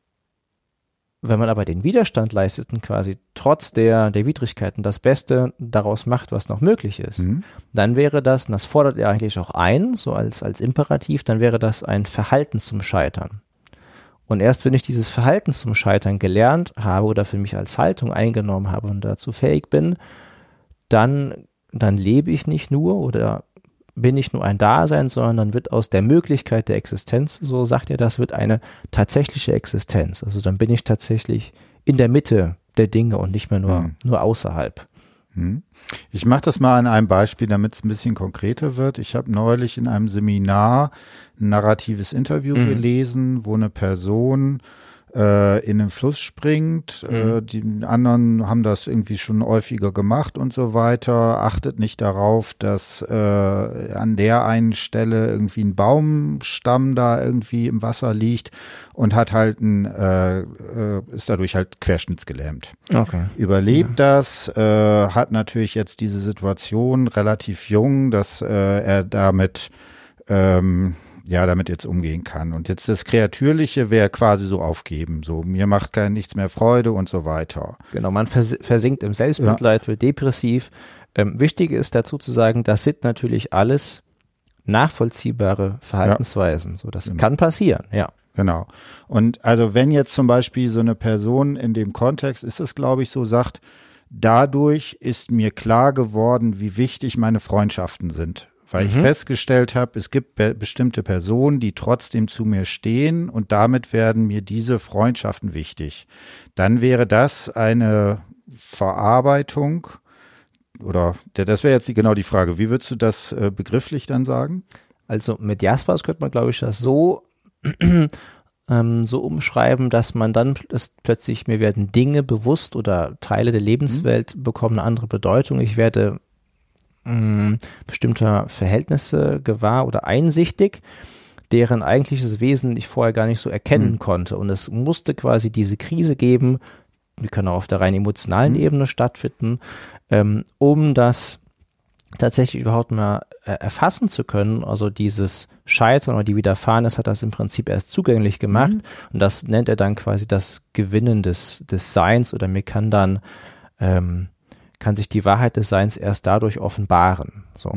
wenn man aber den Widerstand leistet und quasi trotz der, der Widrigkeiten das Beste daraus macht, was noch möglich ist, mhm. dann wäre das, und das fordert er eigentlich auch ein, so als, als Imperativ, dann wäre das ein Verhalten zum Scheitern. Und erst wenn ich dieses Verhalten zum Scheitern gelernt habe oder für mich als Haltung eingenommen habe und dazu fähig bin, dann, dann lebe ich nicht nur oder bin nicht nur ein Dasein, sondern dann wird aus der Möglichkeit der Existenz, so sagt er, das wird eine tatsächliche Existenz. Also dann bin ich tatsächlich in der Mitte der Dinge und nicht mehr nur, hm. nur außerhalb. Hm. Ich mache das mal an einem Beispiel, damit es ein bisschen konkreter wird. Ich habe neulich in einem Seminar ein narratives Interview hm. gelesen, wo eine Person äh, in den Fluss springt. Mhm. Äh, die anderen haben das irgendwie schon häufiger gemacht und so weiter. Achtet nicht darauf, dass äh, an der einen Stelle irgendwie ein Baumstamm da irgendwie im Wasser liegt und hat halt ein, äh, äh, ist dadurch halt querschnittsgelähmt. Okay. Überlebt ja. das, äh, hat natürlich jetzt diese Situation relativ jung, dass äh, er damit ähm, ja, damit jetzt umgehen kann. Und jetzt das Kreatürliche wäre quasi so aufgeben, so mir macht kein nichts mehr Freude und so weiter. Genau, man vers- versinkt im Selbstmitleid, ja. wird depressiv. Ähm, wichtig ist dazu zu sagen, das sind natürlich alles nachvollziehbare Verhaltensweisen. Ja. So, das genau. kann passieren, ja. Genau. Und also wenn jetzt zum Beispiel so eine Person in dem Kontext, ist es glaube ich so, sagt, dadurch ist mir klar geworden, wie wichtig meine Freundschaften sind. Weil mhm. ich festgestellt habe, es gibt be- bestimmte Personen, die trotzdem zu mir stehen und damit werden mir diese Freundschaften wichtig. Dann wäre das eine Verarbeitung oder das wäre jetzt die, genau die Frage. Wie würdest du das äh, begrifflich dann sagen? Also mit Jaspers könnte man, glaube ich, das so, ähm, so umschreiben, dass man dann dass plötzlich, mir werden Dinge bewusst oder Teile der Lebenswelt mhm. bekommen eine andere Bedeutung. Ich werde bestimmter Verhältnisse gewahr oder einsichtig, deren eigentliches Wesen ich vorher gar nicht so erkennen mhm. konnte. Und es musste quasi diese Krise geben, die kann auch auf der rein emotionalen mhm. Ebene stattfinden, ähm, um das tatsächlich überhaupt mal äh, erfassen zu können. Also dieses Scheitern oder die Widerfahrenes hat das im Prinzip erst zugänglich gemacht. Mhm. Und das nennt er dann quasi das Gewinnen des, des Seins oder mir kann dann ähm, kann sich die Wahrheit des Seins erst dadurch offenbaren. So.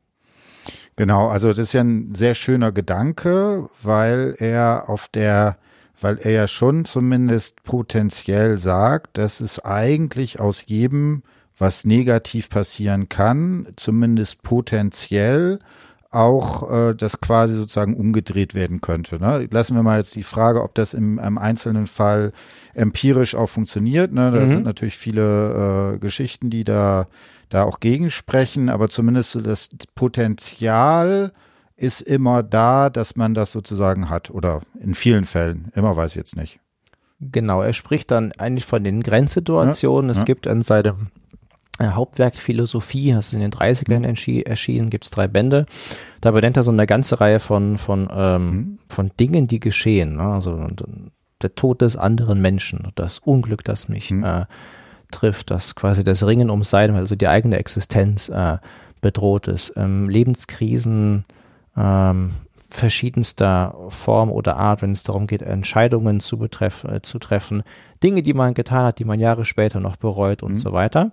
Genau, also das ist ja ein sehr schöner Gedanke, weil er auf der, weil er ja schon zumindest potenziell sagt, dass es eigentlich aus jedem, was negativ passieren kann, zumindest potenziell auch äh, das quasi sozusagen umgedreht werden könnte. Ne? Lassen wir mal jetzt die Frage, ob das im, im einzelnen Fall empirisch auch funktioniert. Ne? Da mhm. sind natürlich viele äh, Geschichten, die da, da auch gegensprechen, aber zumindest so das Potenzial ist immer da, dass man das sozusagen hat oder in vielen Fällen, immer weiß ich jetzt nicht. Genau, er spricht dann eigentlich von den Grenzsituationen. Ja, es ja. gibt an seinem Hauptwerk Philosophie, das ist in den dreißigern entschi- erschienen, gibt es drei Bände. Da benennt er so eine ganze Reihe von von ähm, mhm. von Dingen, die geschehen. Ne? Also und, der Tod des anderen Menschen, das Unglück, das mich mhm. äh, trifft, das quasi das Ringen ums Sein, also die eigene Existenz äh, bedroht ist. Ähm, Lebenskrisen ähm, verschiedenster Form oder Art, wenn es darum geht, Entscheidungen zu, betreff- äh, zu treffen, Dinge, die man getan hat, die man Jahre später noch bereut und mhm. so weiter.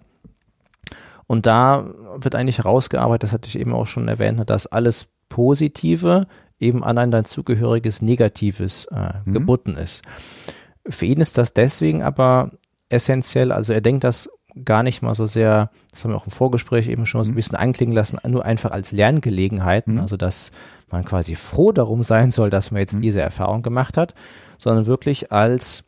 Und da wird eigentlich herausgearbeitet, das hatte ich eben auch schon erwähnt, dass alles Positive eben an ein dazugehöriges Negatives äh, mhm. gebunden ist. Für ihn ist das deswegen aber essentiell, also er denkt das gar nicht mal so sehr, das haben wir auch im Vorgespräch eben schon so ein bisschen anklingen lassen, nur einfach als Lerngelegenheiten, mhm. also dass man quasi froh darum sein soll, dass man jetzt mhm. diese Erfahrung gemacht hat, sondern wirklich als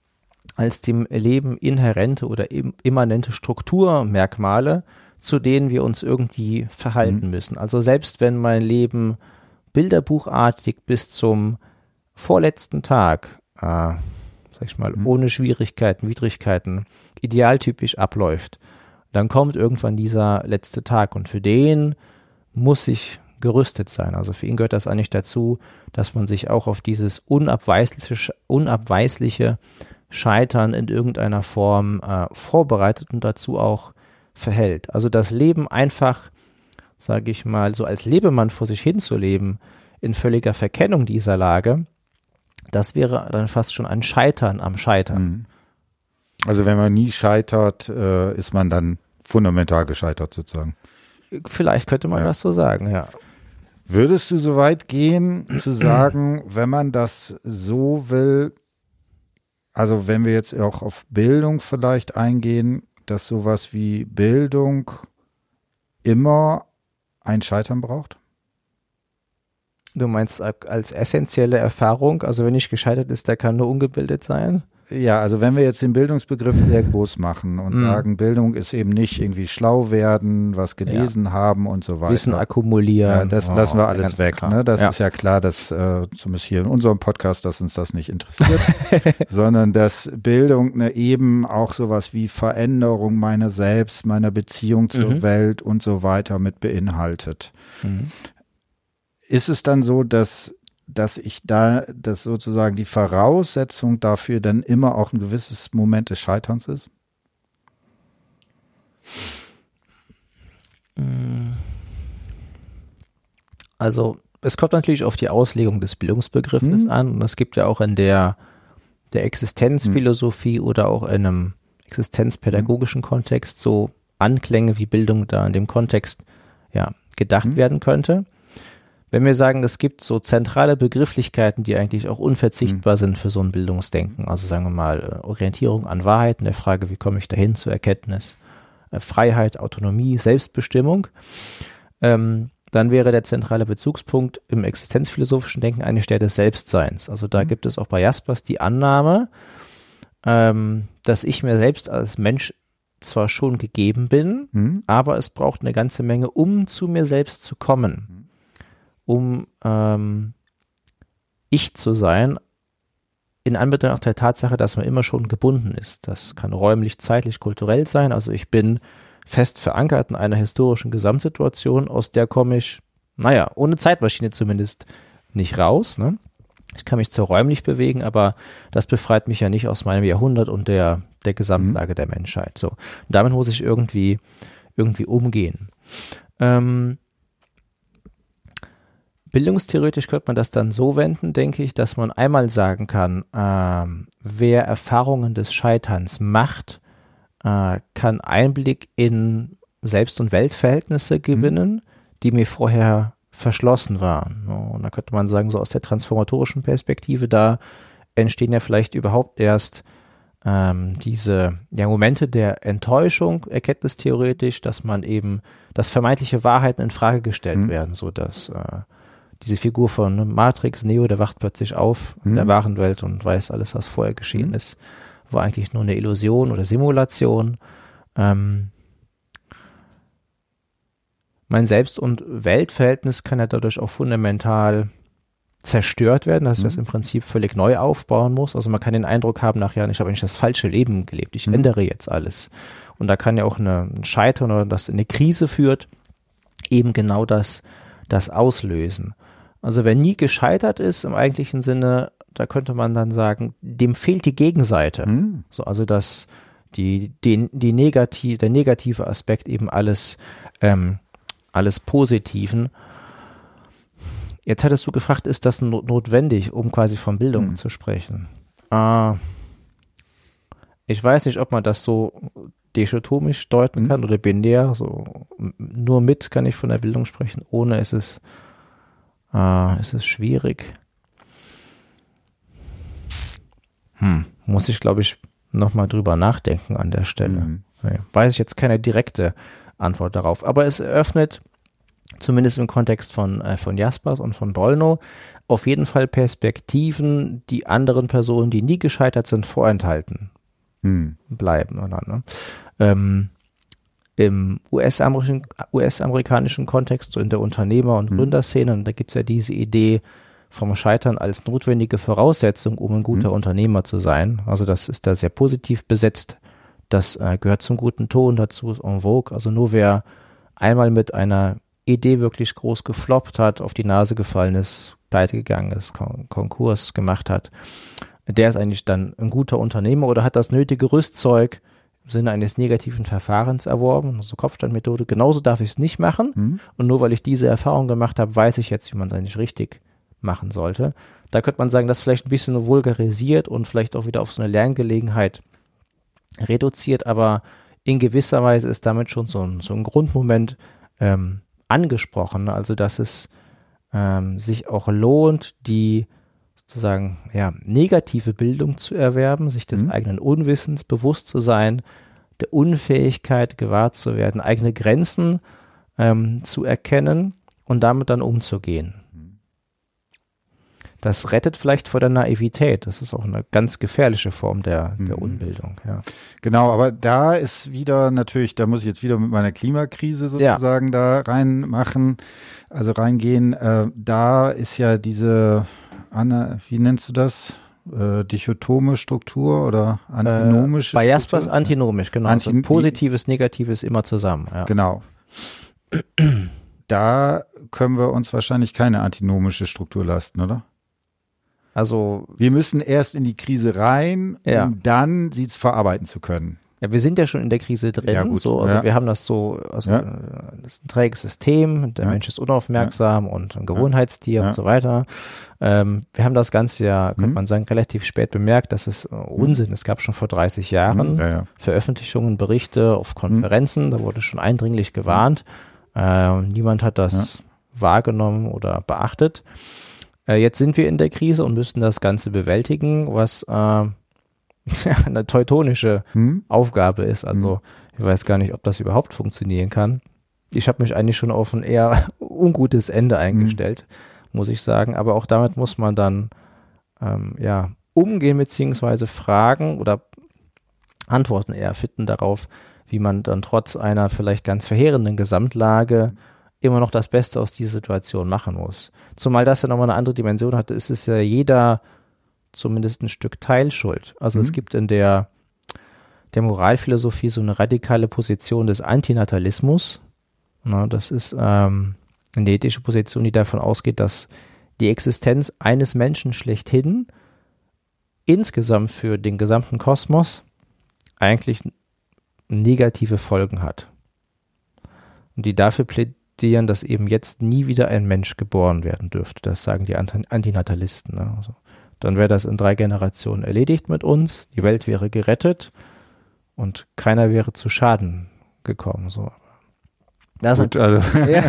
als dem Leben inhärente oder immanente Strukturmerkmale, zu denen wir uns irgendwie verhalten mhm. müssen. Also selbst wenn mein Leben bilderbuchartig bis zum vorletzten Tag, äh, sag ich mal, mhm. ohne Schwierigkeiten, Widrigkeiten, idealtypisch abläuft, dann kommt irgendwann dieser letzte Tag und für den muss ich gerüstet sein. Also für ihn gehört das eigentlich dazu, dass man sich auch auf dieses unabweisliche, unabweisliche Scheitern in irgendeiner Form äh, vorbereitet und dazu auch verhält. Also das Leben einfach, sage ich mal, so als Lebemann vor sich hinzuleben, in völliger Verkennung dieser Lage, das wäre dann fast schon ein Scheitern am Scheitern. Also wenn man nie scheitert, äh, ist man dann fundamental gescheitert sozusagen. Vielleicht könnte man ja. das so sagen, ja. Würdest du so weit gehen, zu sagen, wenn man das so will, also wenn wir jetzt auch auf Bildung vielleicht eingehen, dass sowas wie Bildung immer ein Scheitern braucht? Du meinst als essentielle Erfahrung, also wenn nicht gescheitert ist, der kann nur ungebildet sein? Ja, also wenn wir jetzt den Bildungsbegriff sehr groß machen und mm. sagen, Bildung ist eben nicht irgendwie schlau werden, was gelesen ja. haben und so weiter. Wissen akkumulieren. Ja, das oh, lassen wir alles weg. Ne? Das ja. ist ja klar, dass äh, zumindest hier in unserem Podcast, dass uns das nicht interessiert, sondern dass Bildung ne, eben auch sowas wie Veränderung meiner selbst, meiner Beziehung zur mhm. Welt und so weiter mit beinhaltet. Mhm. Ist es dann so, dass dass ich da, dass sozusagen die Voraussetzung dafür dann immer auch ein gewisses Moment des Scheiterns ist? Also es kommt natürlich auf die Auslegung des Bildungsbegriffes hm. an und es gibt ja auch in der, der Existenzphilosophie hm. oder auch in einem existenzpädagogischen hm. Kontext so Anklänge, wie Bildung da in dem Kontext ja gedacht hm. werden könnte. Wenn wir sagen, es gibt so zentrale Begrifflichkeiten, die eigentlich auch unverzichtbar mhm. sind für so ein Bildungsdenken, also sagen wir mal Orientierung an Wahrheiten, der Frage, wie komme ich dahin zur Erkenntnis, Freiheit, Autonomie, Selbstbestimmung, ähm, dann wäre der zentrale Bezugspunkt im existenzphilosophischen Denken eigentlich der des Selbstseins. Also da mhm. gibt es auch bei Jaspers die Annahme, ähm, dass ich mir selbst als Mensch zwar schon gegeben bin, mhm. aber es braucht eine ganze Menge, um zu mir selbst zu kommen. Mhm. um ähm, ich zu sein, in Anbetracht der Tatsache, dass man immer schon gebunden ist. Das kann räumlich, zeitlich, kulturell sein. Also ich bin fest verankert in einer historischen Gesamtsituation, aus der komme ich, naja, ohne Zeitmaschine zumindest nicht raus. Ne? Ich kann mich zwar räumlich bewegen, aber das befreit mich ja nicht aus meinem Jahrhundert und der, der Gesamtlage mhm. der Menschheit. So. Und damit muss ich irgendwie, irgendwie umgehen. Ähm, Bildungstheoretisch könnte man das dann so wenden, denke ich, dass man einmal sagen kann, ähm, wer Erfahrungen des Scheiterns macht, äh, kann Einblick in Selbst- und Weltverhältnisse gewinnen, mhm. die mir vorher verschlossen waren. Und da könnte man sagen, so aus der transformatorischen Perspektive, da entstehen ja vielleicht überhaupt erst ähm, diese ja, Momente der Enttäuschung, erkenntnistheoretisch, dass man eben, dass vermeintliche Wahrheiten in Frage gestellt mhm. werden, so dass äh, diese Figur von ne, Matrix, Neo, der wacht plötzlich auf mhm. in der wahren Welt und weiß, alles, was vorher geschehen mhm. ist, war eigentlich nur eine Illusion oder Simulation. Ähm, mein Selbst- und Weltverhältnis kann ja dadurch auch fundamental zerstört werden, dass ich mhm. das im Prinzip völlig neu aufbauen muss. Also man kann den Eindruck haben, nachher, ich habe eigentlich das falsche Leben gelebt, ich mhm. ändere jetzt alles. Und da kann ja auch eine, ein Scheitern oder das in eine Krise führt, eben genau das, das auslösen. Also wer nie gescheitert ist im eigentlichen Sinne, da könnte man dann sagen, dem fehlt die Gegenseite. Mhm. So, also dass die, die, die negativ, der negative Aspekt eben alles, ähm, alles Positiven. Jetzt hattest du gefragt, ist das not- notwendig, um quasi von Bildung mhm. zu sprechen? Äh, ich weiß nicht, ob man das so dichotomisch deuten mhm. kann oder binär. So nur mit kann ich von der Bildung sprechen, ohne ist es Äh, es ist schwierig. Hm, muss ich, glaube ich, nochmal drüber nachdenken an der Stelle. Mhm. Nee, weiß ich jetzt keine direkte Antwort darauf. Aber es eröffnet, zumindest im Kontext von, äh, von Jaspers und von Bolno, auf jeden Fall Perspektiven, die anderen Personen, die nie gescheitert sind, vorenthalten mhm. bleiben. Oder, ne? ähm, Im U S-amerikanischen, U S-amerikanischen Kontext, so in der Unternehmer- und Gründerszene, und da gibt es ja diese Idee vom Scheitern als notwendige Voraussetzung, um ein guter mhm. Unternehmer zu sein. Also das ist da sehr positiv besetzt. Das äh, gehört zum guten Ton dazu, ist en vogue. Also nur wer einmal mit einer Idee wirklich groß gefloppt hat, auf die Nase gefallen ist, pleite gegangen ist, Kon- Konkurs gemacht hat, der ist eigentlich dann ein guter Unternehmer oder hat das nötige Rüstzeug im Sinne eines negativen Verfahrens erworben, also Kopfsteinmethode. Genauso darf ich es nicht machen. Mhm. Und nur weil ich diese Erfahrung gemacht habe, weiß ich jetzt, wie man es eigentlich richtig machen sollte. Da könnte man sagen, das vielleicht ein bisschen vulgarisiert und vielleicht auch wieder auf so eine Lerngelegenheit reduziert, aber in gewisser Weise ist damit schon so ein, so ein Grundmoment ähm, angesprochen, also dass es ähm, sich auch lohnt, die sozusagen ja, negative Bildung zu erwerben, sich des mhm. eigenen Unwissens bewusst zu sein, der Unfähigkeit gewahrt zu werden, eigene Grenzen ähm, zu erkennen und damit dann umzugehen. Das rettet vielleicht vor der Naivität. Das ist auch eine ganz gefährliche Form der, der Unbildung. Ja. Genau, aber da ist wieder natürlich, da muss ich jetzt wieder mit meiner Klimakrise sozusagen ja. da reinmachen, also reingehen. Äh, da ist ja diese, Anna, wie nennst du das? Äh, dichotome Struktur oder antinomische äh, Bei Jaspers Struktur? Antinomisch, genau. Antin- also Positives, Negatives immer zusammen. Ja. Genau. Da können wir uns wahrscheinlich keine antinomische Struktur leisten, oder? Also wir müssen erst in die Krise rein, ja. um dann sie verarbeiten zu können. Ja, wir sind ja schon in der Krise drin. Ja, gut, so, also ja. wir haben das so, also ja. das ist ein träges System, der ja. Mensch ist unaufmerksam ja. und ein Gewohnheitstier ja. und so weiter. Ähm, wir haben das Ganze ja, könnte hm. man sagen, relativ spät bemerkt, dass es äh, Unsinn ist. Es gab schon vor dreißig Jahren hm. ja, ja. Veröffentlichungen, Berichte auf Konferenzen, hm. da wurde schon eindringlich gewarnt. Äh, niemand hat das ja. wahrgenommen oder beachtet. Jetzt sind wir in der Krise und müssen das Ganze bewältigen, was äh, eine teutonische hm? Aufgabe ist. Also hm. ich weiß gar nicht, ob das überhaupt funktionieren kann. Ich habe mich eigentlich schon auf ein eher ungutes Ende eingestellt, hm. muss ich sagen. Aber auch damit muss man dann ähm, ja umgehen beziehungsweise fragen oder Antworten eher finden darauf, wie man dann trotz einer vielleicht ganz verheerenden Gesamtlage immer noch das Beste aus dieser Situation machen muss. Zumal das ja nochmal eine andere Dimension hat, ist es ja jeder zumindest ein Stück Teilschuld. Also mhm. es gibt in der, der Moralphilosophie so eine radikale Position des Antinatalismus. Na, das ist ähm, eine ethische Position, die davon ausgeht, dass die Existenz eines Menschen schlechthin insgesamt für den gesamten Kosmos eigentlich negative Folgen hat. Und die dafür plädieren, dass eben jetzt nie wieder ein Mensch geboren werden dürfte. Das sagen die Antinatalisten. Ne? Also, dann wäre das in drei Generationen erledigt mit uns, die Welt wäre gerettet und keiner wäre zu Schaden gekommen. So. Das, Gut, sind, also. ja,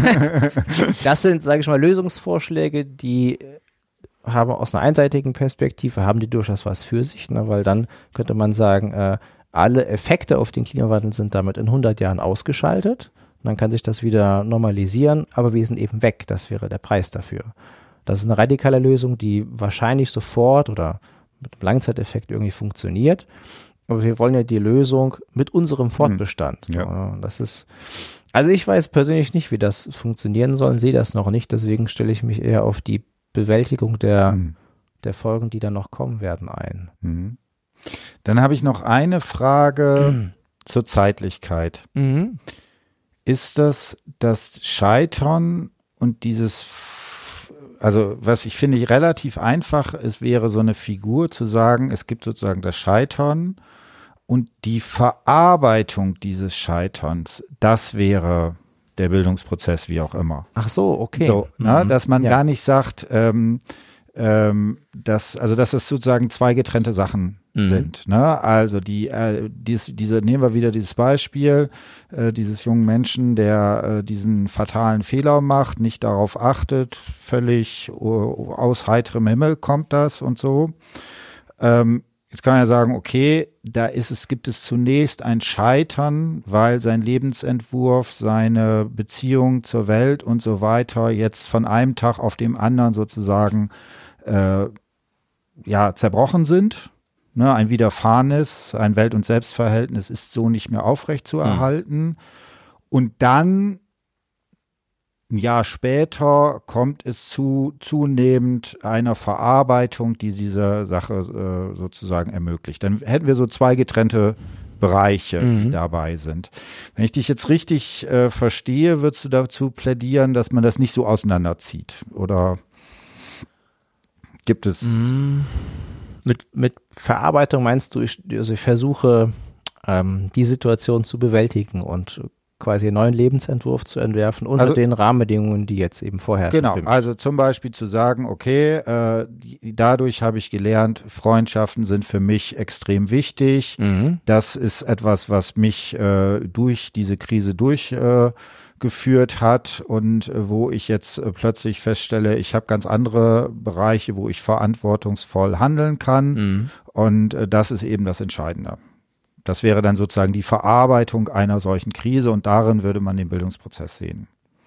das sind, sage ich mal, Lösungsvorschläge, die haben aus einer einseitigen Perspektive, haben die durchaus was für sich, ne? Weil dann könnte man sagen, äh, alle Effekte auf den Klimawandel sind damit in hundert Jahren ausgeschaltet. Und dann kann sich das wieder normalisieren, aber wir sind eben weg. Das wäre der Preis dafür. Das ist eine radikale Lösung, die wahrscheinlich sofort oder mit einem Langzeiteffekt irgendwie funktioniert. Aber wir wollen ja die Lösung mit unserem Fortbestand. Hm, ja. Das ist, also ich weiß persönlich nicht, wie das funktionieren soll, sehe das noch nicht. Deswegen stelle ich mich eher auf die Bewältigung der, hm. der Folgen, die dann noch kommen werden, ein. Hm. Dann habe ich noch eine Frage hm. zur Zeitlichkeit. Mhm. Ist das das Scheitern und dieses, also was ich finde ich relativ einfach ist, wäre so eine Figur zu sagen, es gibt sozusagen das Scheitern und die Verarbeitung dieses Scheiterns, das wäre der Bildungsprozess, wie auch immer. Ach so, okay. So, mhm. ne, dass man ja. gar nicht sagt, ähm, ähm, dass, also dass es sozusagen zwei getrennte Sachen mhm. sind. Ne? Also die, äh, dies, diese, nehmen wir wieder dieses Beispiel, äh, dieses jungen Menschen, der äh, diesen fatalen Fehler macht, nicht darauf achtet, völlig uh, aus heiterem Himmel kommt das und so. Ähm, jetzt kann man ja sagen, okay, da ist es, gibt es zunächst ein Scheitern, weil sein Lebensentwurf, seine Beziehung zur Welt und so weiter jetzt von einem Tag auf den anderen sozusagen äh, ja, zerbrochen sind. Ne, ein Widerfahrenes, ein Welt- und Selbstverhältnis ist so nicht mehr aufrecht zu erhalten. Mhm. Und dann, ein Jahr später, kommt es zu zunehmend einer Verarbeitung, die diese Sache äh, sozusagen ermöglicht. Dann hätten wir so zwei getrennte Bereiche, mhm. die dabei sind. Wenn ich dich jetzt richtig äh, verstehe, würdest du dazu plädieren, dass man das nicht so auseinanderzieht? Oder gibt es... Mhm. Mit, mit Verarbeitung meinst du, ich, also ich versuche, ähm, die Situation zu bewältigen und quasi einen neuen Lebensentwurf zu entwerfen unter also, den Rahmenbedingungen, die jetzt eben vorherrschen. Genau, also zum Beispiel zu sagen, okay, äh, die, dadurch habe ich gelernt, Freundschaften sind für mich extrem wichtig. Mhm. Das ist etwas, was mich äh, durch diese Krise durchgeführt äh, hat und äh, wo ich jetzt äh, plötzlich feststelle, ich habe ganz andere Bereiche, wo ich verantwortungsvoll handeln kann. Mhm. Und äh, das ist eben das Entscheidende. Das wäre dann sozusagen die Verarbeitung einer solchen Krise und darin würde man den Bildungsprozess sehen.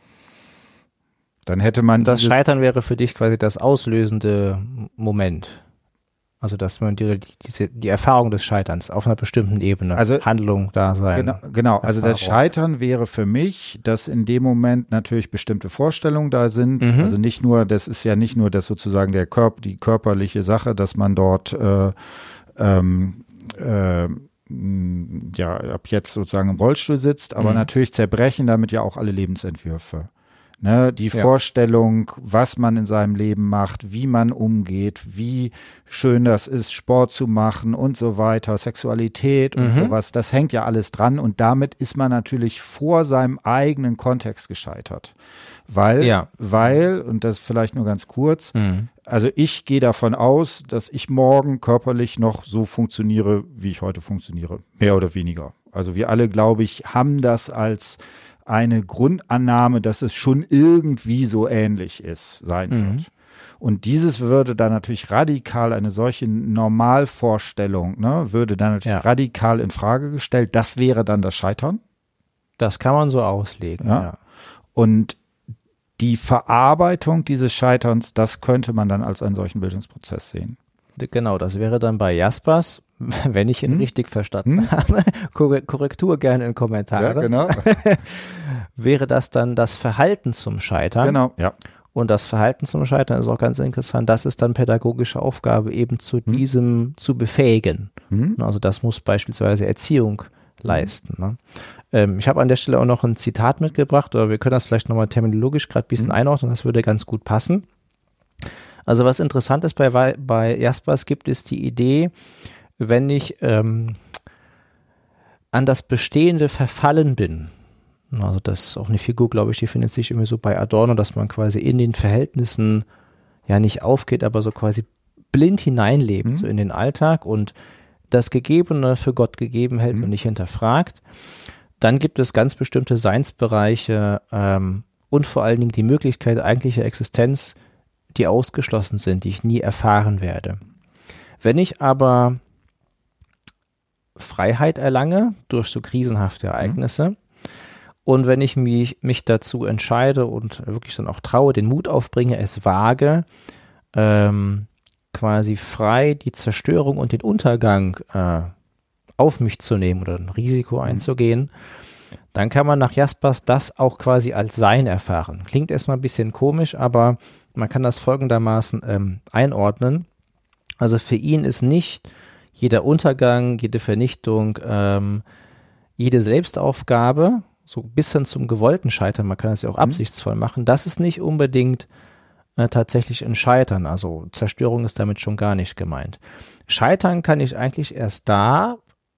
Dann hätte man das Scheitern wäre für dich quasi das auslösende Moment. Also dass man die, die, die Erfahrung des Scheiterns auf einer bestimmten Ebene, also, Handlung, Dasein. Genau, genau. Also das Scheitern wäre für mich, dass in dem Moment natürlich bestimmte Vorstellungen da sind. Mhm. Also nicht nur, das ist ja nicht nur das sozusagen der Körper, die körperliche Sache, dass man dort äh, ähm, äh, ja, ab jetzt sozusagen im Rollstuhl sitzt, aber mhm. natürlich zerbrechen damit ja auch alle Lebensentwürfe. Ne, die ja. Vorstellung, was man in seinem Leben macht, wie man umgeht, wie schön das ist, Sport zu machen und so weiter, Sexualität und mhm. sowas, das hängt ja alles dran und damit ist man natürlich vor seinem eigenen Kontext gescheitert. Weil, ja. weil, und das vielleicht nur ganz kurz, mhm. also ich gehe davon aus, dass ich morgen körperlich noch so funktioniere, wie ich heute funktioniere, mehr oder weniger. Also wir alle, glaube ich, haben das als eine Grundannahme, dass es schon irgendwie so ähnlich ist, sein mhm. wird. Und dieses würde dann natürlich radikal, eine solche Normalvorstellung, ne, würde dann natürlich ja. radikal in Frage gestellt. Das wäre dann das Scheitern. Das kann man so auslegen, ja. ja. Und die Verarbeitung dieses Scheiterns, das könnte man dann als einen solchen Bildungsprozess sehen. Genau, das wäre dann bei Jaspers, wenn ich ihn hm? richtig verstanden hm? habe, Korrektur gerne in Kommentare. Ja, genau. Wäre das dann das Verhalten zum Scheitern? Genau, ja. Und das Verhalten zum Scheitern ist auch ganz interessant. Das ist dann pädagogische Aufgabe, eben zu hm? diesem zu befähigen. Hm? Also das muss beispielsweise Erziehung leisten. Ne? Ähm, ich habe an der Stelle auch noch ein Zitat mitgebracht, oder wir können das vielleicht nochmal terminologisch gerade ein bisschen hm? einordnen, das würde ganz gut passen. Also was interessant ist bei, bei Jaspers gibt es die Idee, wenn ich ähm, an das Bestehende verfallen bin, also das ist auch eine Figur, glaube ich, die findet sich irgendwie so bei Adorno, dass man quasi in den Verhältnissen ja nicht aufgeht, aber so quasi blind hineinlebt, mhm. so in den Alltag und das Gegebene für Gott gegeben hält mhm. und nicht hinterfragt, dann gibt es ganz bestimmte Seinsbereiche ähm, und vor allen Dingen die Möglichkeit eigentlicher Existenz, die ausgeschlossen sind, die ich nie erfahren werde. Wenn ich aber Freiheit erlange durch so krisenhafte Ereignisse mhm. und wenn ich mich, mich dazu entscheide und wirklich dann auch traue, den Mut aufbringe, es wage, ähm, quasi frei die Zerstörung und den Untergang äh, auf mich zu nehmen oder ein Risiko mhm. einzugehen, dann kann man nach Jaspers das auch quasi als Sein erfahren. Klingt erstmal ein bisschen komisch, aber man kann das folgendermaßen ähm, einordnen. Also für ihn ist nicht jeder Untergang, jede Vernichtung, ähm, jede Selbstaufgabe, so bis hin zum gewollten Scheitern, man kann das ja auch mhm. absichtsvoll machen, das ist nicht unbedingt äh, tatsächlich ein Scheitern. Also Zerstörung ist damit schon gar nicht gemeint. Scheitern kann ich eigentlich erst da,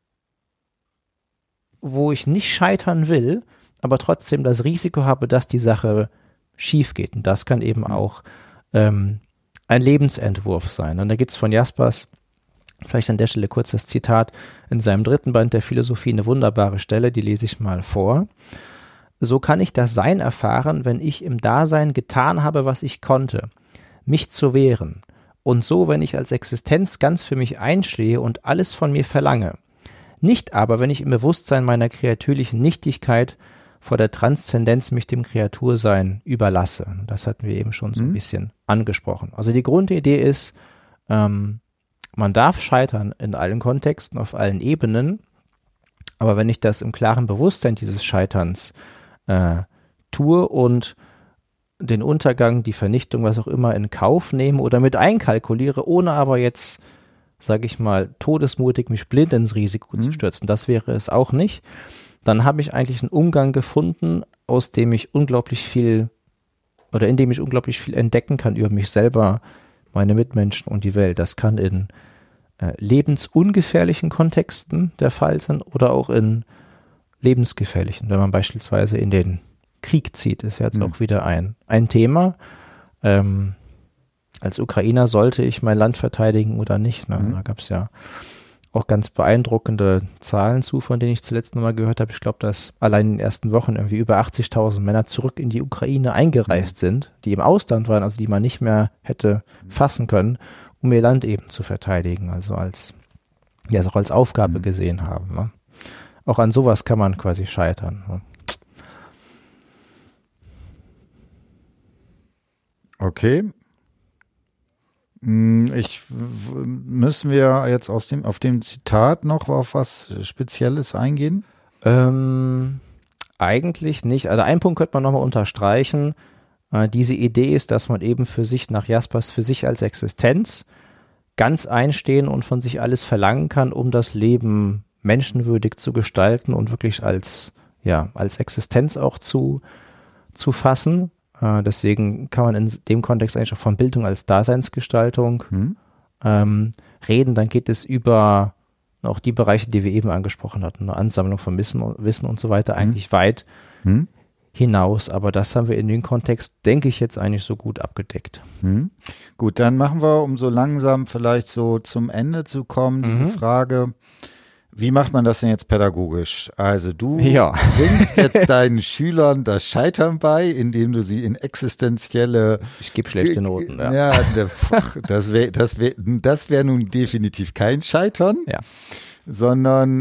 wo ich nicht scheitern will, aber trotzdem das Risiko habe, dass die Sache schief geht. Und das kann eben auch ähm, ein Lebensentwurf sein. Und da gibt es von Jaspers, vielleicht an der Stelle kurz das Zitat, in seinem dritten Band der Philosophie eine wunderbare Stelle, die lese ich mal vor. So kann ich das Sein erfahren, wenn ich im Dasein getan habe, was ich konnte, mich zu wehren. Und so, wenn ich als Existenz ganz für mich einstehe und alles von mir verlange. Nicht aber, wenn ich im Bewusstsein meiner kreatürlichen Nichtigkeit vor der Transzendenz mich dem Kreatursein überlasse. Das hatten wir eben schon so ein mhm. bisschen angesprochen. Also die Grundidee ist, ähm, man darf scheitern in allen Kontexten, auf allen Ebenen, aber wenn ich das im klaren Bewusstsein dieses Scheiterns äh, tue und den Untergang, die Vernichtung, was auch immer in Kauf nehme oder mit einkalkuliere, ohne aber jetzt, sage ich mal, todesmutig mich blind ins Risiko mhm. zu stürzen, das wäre es auch nicht, dann habe ich eigentlich einen Umgang gefunden, aus dem ich unglaublich viel oder in dem ich unglaublich viel entdecken kann über mich selber, meine Mitmenschen und die Welt. Das kann in äh, lebensungefährlichen Kontexten der Fall sein oder auch in lebensgefährlich. Und wenn man beispielsweise in den Krieg zieht, ist jetzt mhm. auch wieder ein, ein Thema. Ähm, als Ukrainer sollte ich mein Land verteidigen oder nicht? Ne? Mhm. Da gab es ja auch ganz beeindruckende Zahlen zu, von denen ich zuletzt nochmal gehört habe. Ich glaube, dass allein in den ersten Wochen irgendwie über achtzigtausend Männer zurück in die Ukraine eingereist sind, die im Ausland waren, also die man nicht mehr hätte fassen können, um ihr Land eben zu verteidigen, also als, ja, auch als Aufgabe mhm. gesehen haben. Ne? Auch an sowas kann man quasi scheitern. Ne? Okay. Ich, müssen wir jetzt aus dem, auf dem Zitat noch auf was Spezielles eingehen? Ähm, eigentlich nicht. Also einen Punkt könnte man nochmal unterstreichen. Äh, diese Idee ist, dass man eben für sich nach Jaspers, für sich als Existenz ganz einstehen und von sich alles verlangen kann, um das Leben menschenwürdig zu gestalten und wirklich als, ja, als Existenz auch zu, zu fassen. Uh, deswegen kann man in dem Kontext eigentlich auch von Bildung als Daseinsgestaltung hm. ähm, reden. Dann geht es über auch die Bereiche, die wir eben angesprochen hatten, eine Ansammlung von Wissen und, Wissen und so weiter, hm. eigentlich weit hm. hinaus. Aber das haben wir in dem Kontext, denke ich, jetzt eigentlich so gut abgedeckt. Hm. Gut, dann machen wir, um so langsam vielleicht so zum Ende zu kommen, diese mhm. Frage, wie macht man das denn jetzt pädagogisch? Also du ja. bringst jetzt deinen Schülern das Scheitern bei, indem du sie in existenzielle... Ich gebe schlechte Noten, ja. Ja, das wäre das wär, das wär nun definitiv kein Scheitern, ja. sondern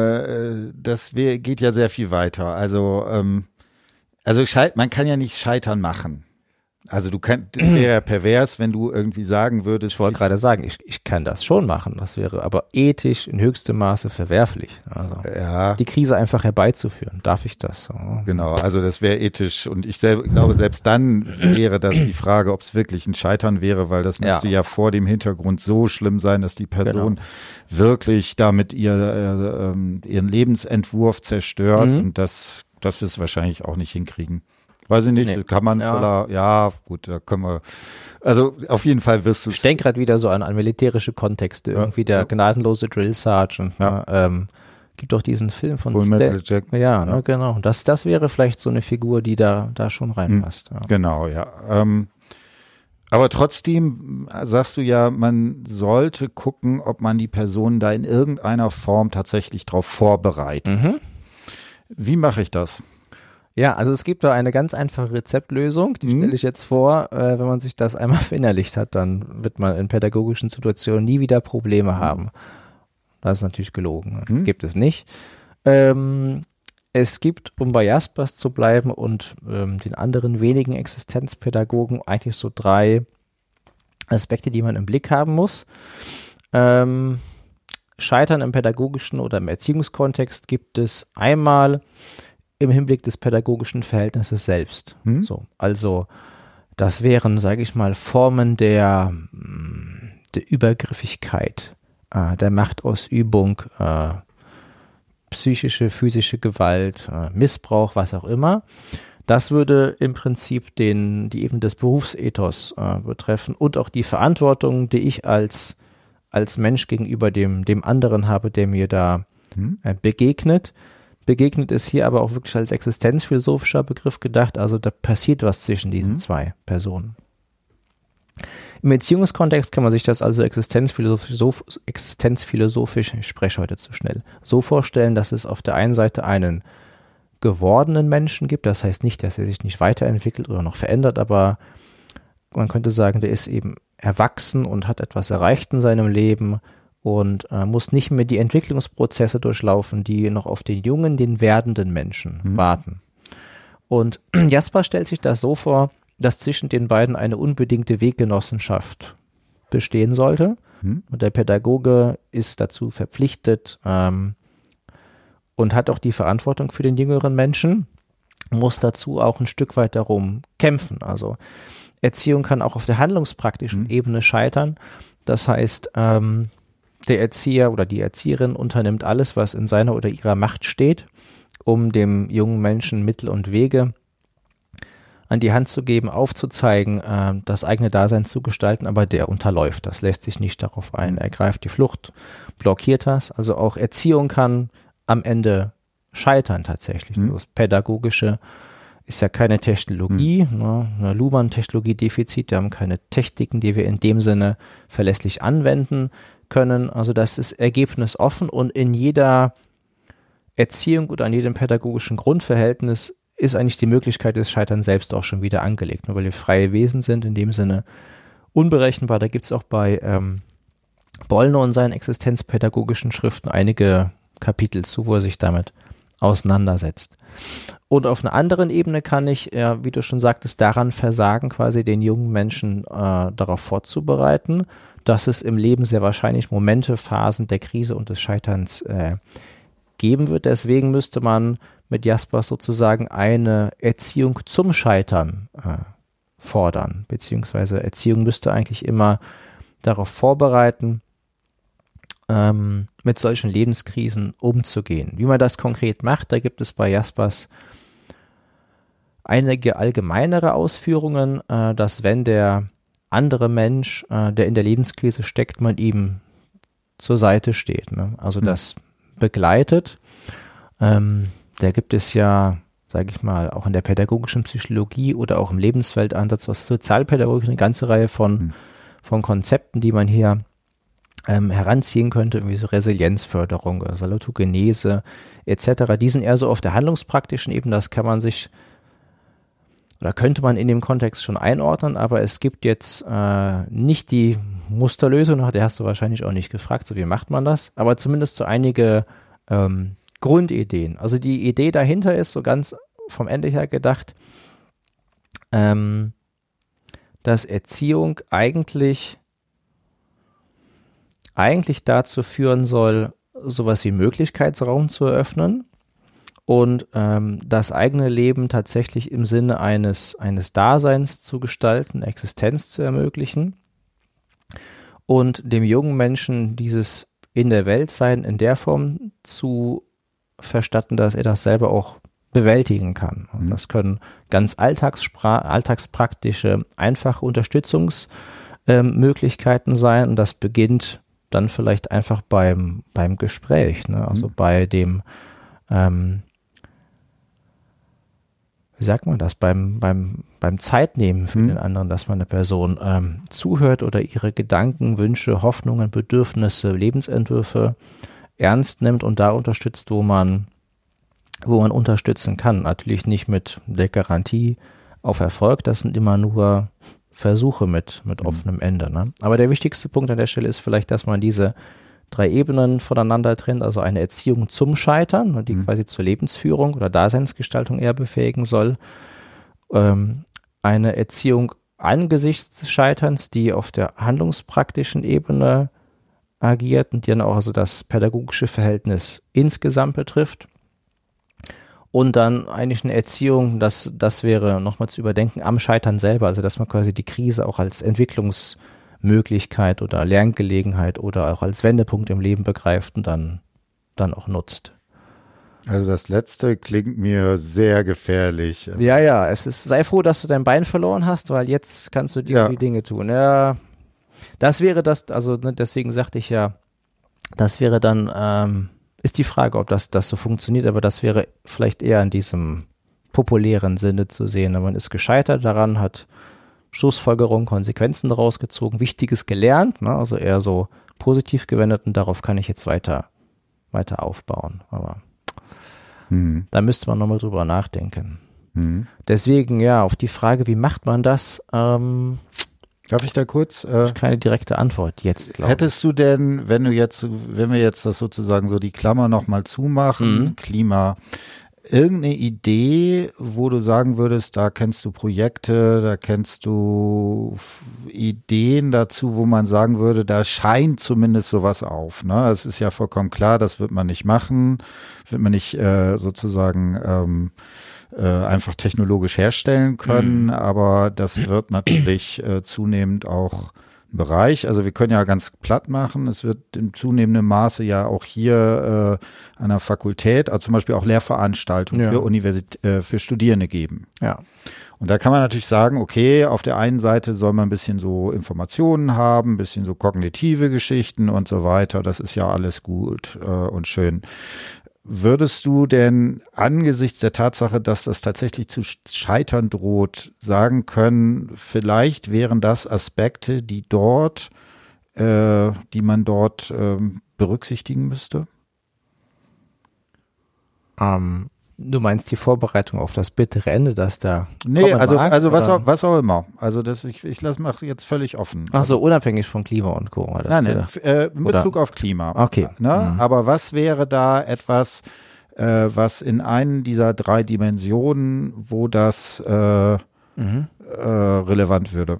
äh, das wär, geht ja sehr viel weiter. Also, ähm, also man kann ja nicht Scheitern machen. Also du könnt, das wäre ja pervers, wenn du irgendwie sagen würdest. Ich wollte gerade sagen, ich, ich kann das schon machen. Das wäre aber ethisch in höchstem Maße verwerflich. Also ja. Die Krise einfach herbeizuführen. Darf ich das? Oh. Genau, also das wäre ethisch. Und ich selber, glaube, selbst dann wäre das die Frage, ob es wirklich ein Scheitern wäre, weil das müsste ja. ja vor dem Hintergrund so schlimm sein, dass die Person genau. wirklich damit ihr, äh, ihren Lebensentwurf zerstört. Mhm. Und das, das wirst du wahrscheinlich auch nicht hinkriegen. Weiß ich nicht, nee. kann man ja. voller, ja, gut, da können wir, also auf jeden Fall wirst du Ich denke gerade wieder so an, an militärische Kontexte, ja, irgendwie der ja. gnadenlose Drill Sergeant, ja. ähm, gibt doch diesen Film von Full Metal Jack. Ja, ja. Ne, genau, das, das wäre vielleicht so eine Figur, die da, da schon reinpasst. Ja. Genau, ja, ähm, aber trotzdem sagst du ja, man sollte gucken, ob man die Person da in irgendeiner Form tatsächlich drauf vorbereitet. Mhm. Wie mache ich das? Ja, also es gibt da eine ganz einfache Rezeptlösung, die mhm. stelle ich jetzt vor. Äh, wenn man sich das einmal verinnerlicht hat, dann wird man in pädagogischen Situationen nie wieder Probleme haben. Das ist natürlich gelogen. Mhm. Das gibt es nicht. Ähm, es gibt, um bei Jaspers zu bleiben und ähm, den anderen wenigen Existenzpädagogen, eigentlich so drei Aspekte, die man im Blick haben muss. Ähm, Scheitern im pädagogischen oder im Erziehungskontext gibt es einmal im Hinblick des pädagogischen Verhältnisses selbst. Hm? So, also das wären, sage ich mal, Formen der, der Übergriffigkeit, äh, der Machtausübung, äh, psychische, physische Gewalt, äh, Missbrauch, was auch immer. Das würde im Prinzip den, die eben des Berufsethos äh, betreffen und auch die Verantwortung, die ich als, als Mensch gegenüber dem, dem anderen habe, der mir da hm? äh, begegnet. Begegnet ist hier aber auch wirklich als existenzphilosophischer Begriff gedacht, also da passiert was zwischen diesen mhm. zwei Personen. Im Erziehungskontext kann man sich das also existenzphilosophisch, so, existenzphilosophisch, ich spreche heute zu schnell, so vorstellen, dass es auf der einen Seite einen gewordenen Menschen gibt, das heißt nicht, dass er sich nicht weiterentwickelt oder noch verändert, aber man könnte sagen, der ist eben erwachsen und hat etwas erreicht in seinem Leben und äh, muss nicht mehr die Entwicklungsprozesse durchlaufen, die noch auf den jungen, den werdenden Menschen mhm. warten. Und Jasper stellt sich das so vor, dass zwischen den beiden eine unbedingte Weggenossenschaft bestehen sollte. Mhm. Und der Pädagoge ist dazu verpflichtet ähm, und hat auch die Verantwortung für den jüngeren Menschen, muss dazu auch ein Stück weit darum kämpfen. Also Erziehung kann auch auf der handlungspraktischen mhm. Ebene scheitern. Das heißt, ähm, der Erzieher oder die Erzieherin unternimmt alles, was in seiner oder ihrer Macht steht, um dem jungen Menschen Mittel und Wege an die Hand zu geben, aufzuzeigen, äh, das eigene Dasein zu gestalten, aber der unterläuft. Das lässt sich nicht darauf ein. Er greift die Flucht, blockiert das. Also auch Erziehung kann am Ende Scheitern tatsächlich. Mhm. Das Pädagogische ist ja keine Technologie, mhm. ne, eine Luhmann-Technologiedefizit, wir haben keine Techniken, die wir in dem Sinne verlässlich anwenden können. Also das ist ergebnisoffen und in jeder Erziehung oder an jedem pädagogischen Grundverhältnis ist eigentlich die Möglichkeit des Scheiterns selbst auch schon wieder angelegt, ne, weil wir freie Wesen sind, in dem Sinne unberechenbar. Da gibt es auch bei ähm, Bollner und seinen existenzpädagogischen Schriften einige Kapitel zu, wo er sich damit auseinandersetzt. Und auf einer anderen Ebene kann ich, ja, wie du schon sagtest, daran versagen, quasi den jungen Menschen äh, darauf vorzubereiten, dass es im Leben sehr wahrscheinlich Momente, Phasen der Krise und des Scheiterns äh, geben wird. Deswegen müsste man mit Jaspers sozusagen eine Erziehung zum Scheitern äh, fordern, beziehungsweise Erziehung müsste eigentlich immer darauf vorbereiten, ähm, mit solchen Lebenskrisen umzugehen. Wie man das konkret macht, da gibt es bei Jaspers einige allgemeinere Ausführungen, äh, dass wenn der andere Mensch, äh, der in der Lebenskrise steckt, man ihm zur Seite steht, ne? Also mhm. das begleitet. Ähm, da gibt es ja, sage ich mal, auch in der pädagogischen Psychologie oder auch im Lebensweltansatz aus Sozialpädagogik eine ganze Reihe von, mhm. von Konzepten, die man hier ähm, heranziehen könnte, wie so Resilienzförderung, Salutogenese et cetera. Die sind eher so auf der handlungspraktischen Ebene, das kann man sich oder könnte man in dem Kontext schon einordnen, aber es gibt jetzt äh, nicht die Musterlösung, nach der hast du wahrscheinlich auch nicht gefragt, so wie macht man das, aber zumindest so einige ähm, Grundideen. Also die Idee dahinter ist so ganz vom Ende her gedacht, ähm, dass Erziehung eigentlich eigentlich dazu führen soll, sowas wie Möglichkeitsraum zu eröffnen und ähm, das eigene Leben tatsächlich im Sinne eines, eines Daseins zu gestalten, Existenz zu ermöglichen und dem jungen Menschen dieses in der Welt sein in der Form zu verstatten, dass er das selber auch bewältigen kann. Und das können ganz alltagspra- alltagspraktische, einfache Unterstützungsmöglichkeiten ähm, sein und das beginnt dann vielleicht einfach beim, beim Gespräch, ne? Also mhm. bei dem, ähm, wie sagt man das, beim, beim, beim Zeitnehmen für mhm. den anderen, dass man eine Person ähm, zuhört oder ihre Gedanken, Wünsche, Hoffnungen, Bedürfnisse, Lebensentwürfe ernst nimmt und da unterstützt, wo man, wo man unterstützen kann. Natürlich nicht mit der Garantie auf Erfolg, das sind immer nur Versuche mit, mit mhm. offenem Ende. Ne? Aber der wichtigste Punkt an der Stelle ist vielleicht, dass man diese drei Ebenen voneinander trennt, also eine Erziehung zum Scheitern, die mhm. quasi zur Lebensführung oder Daseinsgestaltung eher befähigen soll, ähm, eine Erziehung angesichts des Scheiterns, die auf der handlungspraktischen Ebene agiert und die dann auch also das pädagogische Verhältnis insgesamt betrifft. Und dann eigentlich eine Erziehung, das, das wäre nochmal zu überdenken am Scheitern selber, also dass man quasi die Krise auch als Entwicklungsmöglichkeit oder Lerngelegenheit oder auch als Wendepunkt im Leben begreift und dann, dann auch nutzt. Also das Letzte klingt mir sehr gefährlich. Ja, ja, es ist, sei froh, dass du dein Bein verloren hast, weil jetzt kannst du die, ja. die Dinge tun. Ja, das wäre das, also ne, deswegen sagte ich ja, das wäre dann, ähm, ist die Frage, ob das, das so funktioniert, aber das wäre vielleicht eher in diesem populären Sinne zu sehen. Man ist gescheitert daran, hat Schlussfolgerungen, Konsequenzen daraus gezogen, Wichtiges gelernt, ne? Also eher so positiv gewendet und darauf kann ich jetzt weiter, weiter aufbauen. Aber mhm. da müsste man nochmal drüber nachdenken. Mhm. Deswegen, ja, auf die Frage, wie macht man das, ähm, Darf ich da kurz? Äh, keine direkte Antwort jetzt, glaube ich. Hättest du denn, wenn du jetzt, wenn wir jetzt das sozusagen so die Klammer nochmal zumachen, mhm. Klima, irgendeine Idee, wo du sagen würdest, da kennst du Projekte, da kennst du Ideen dazu, wo man sagen würde, da scheint zumindest sowas auf. Ne? Es ist ja vollkommen klar, das wird man nicht machen, wird man nicht äh, sozusagen ähm, Äh, einfach technologisch herstellen können, mhm. aber das wird natürlich äh, zunehmend auch ein Bereich, also wir können ja ganz platt machen, es wird in zunehmendem Maße ja auch hier äh, an der Fakultät, also zum Beispiel auch Lehrveranstaltungen ja. für Universität, äh, für Studierende geben. Ja. Und da kann man natürlich sagen, okay, auf der einen Seite soll man ein bisschen so Informationen haben, ein bisschen so kognitive Geschichten und so weiter, das ist ja alles gut äh, und schön. würdest du denn angesichts der Tatsache, dass das tatsächlich zu scheitern droht, sagen können, vielleicht wären das Aspekte, die dort, äh, die man dort äh, berücksichtigen müsste? Ähm, du meinst die Vorbereitung auf das bittere Ende, dass da Nee, also, mag, also was, auch, was auch immer. Also das, ich, ich lasse mich jetzt völlig offen. Ach so, unabhängig von Klima und Co. Oder? Nein, nein, äh, in Bezug auf Klima. Okay. Ne? Mhm. Aber was wäre da etwas, äh, was in einen dieser drei Dimensionen, wo das äh, mhm. äh, relevant würde?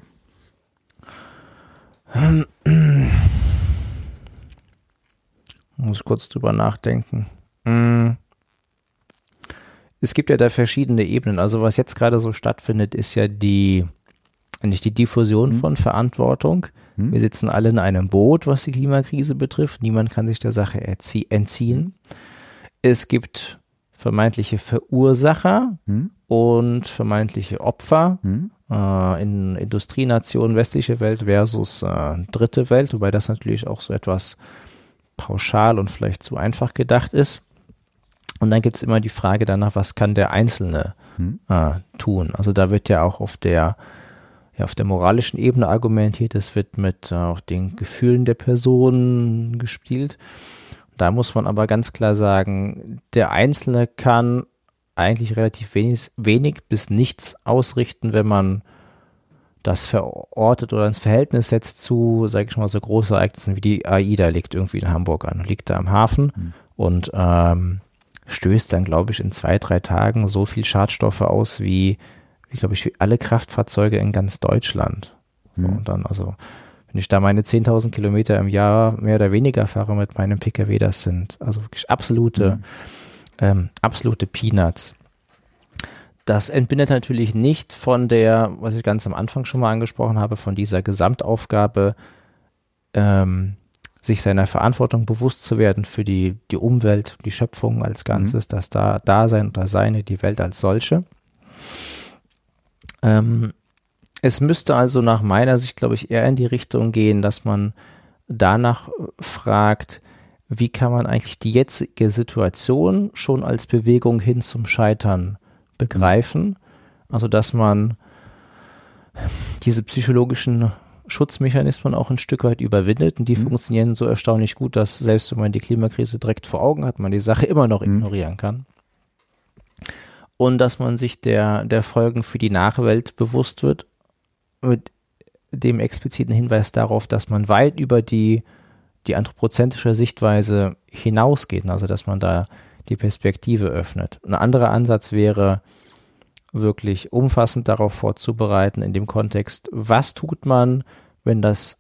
Muss kurz drüber nachdenken. Mhm. Es gibt ja da verschiedene Ebenen. Also was jetzt gerade so stattfindet, ist ja die, nicht die Diffusion hm. von Verantwortung. Hm. Wir sitzen alle in einem Boot, was die Klimakrise betrifft. Niemand kann sich der Sache entziehen. Es gibt vermeintliche Verursacher hm. und vermeintliche Opfer hm. äh, in Industrienationen, westliche Welt versus äh, dritte Welt, wobei das natürlich auch so etwas pauschal und vielleicht zu einfach gedacht ist. Und dann gibt es immer die Frage danach, was kann der Einzelne hm. äh, tun? Also da wird ja auch auf der, ja, auf der moralischen Ebene argumentiert, es wird mit äh, auch den Gefühlen der Person gespielt. Da muss man aber ganz klar sagen, der Einzelne kann eigentlich relativ wenig, wenig bis nichts ausrichten, wenn man das verortet oder ins Verhältnis setzt zu, sage ich mal, so große Ereignissen wie die AIDA liegt irgendwie in Hamburg an, liegt da am Hafen hm. und ähm, stößt dann, glaube ich, in zwei, drei Tagen so viel Schadstoffe aus wie, wie glaube ich, wie alle Kraftfahrzeuge in ganz Deutschland. Mhm. So, und dann, also, wenn ich da meine zehntausend Kilometer im Jahr mehr oder weniger fahre mit meinem P K W, das sind also wirklich absolute, mhm. ähm, absolute Peanuts. Das entbindet natürlich nicht von der, was ich ganz am Anfang schon mal angesprochen habe, von dieser Gesamtaufgabe, ähm, sich seiner Verantwortung bewusst zu werden für die, die Umwelt, die Schöpfung als Ganzes, mhm. das da, Dasein oder Seine, die Welt als solche. Ähm, es müsste also nach meiner Sicht, glaube ich, eher in die Richtung gehen, dass man danach fragt, wie kann man eigentlich die jetzige Situation schon als Bewegung hin zum Scheitern begreifen? Also, dass man diese psychologischen Schutzmechanismen auch ein Stück weit überwindet und die mhm. funktionieren so erstaunlich gut, dass selbst wenn man die Klimakrise direkt vor Augen hat, man die Sache immer noch mhm. ignorieren kann. Und dass man sich der, der Folgen für die Nachwelt bewusst wird, mit dem expliziten Hinweis darauf, dass man weit über die, die anthropozentrische Sichtweise hinausgeht, also dass man da die Perspektive öffnet. Ein anderer Ansatz wäre, wirklich umfassend darauf vorzubereiten, in dem Kontext, was tut man, wenn das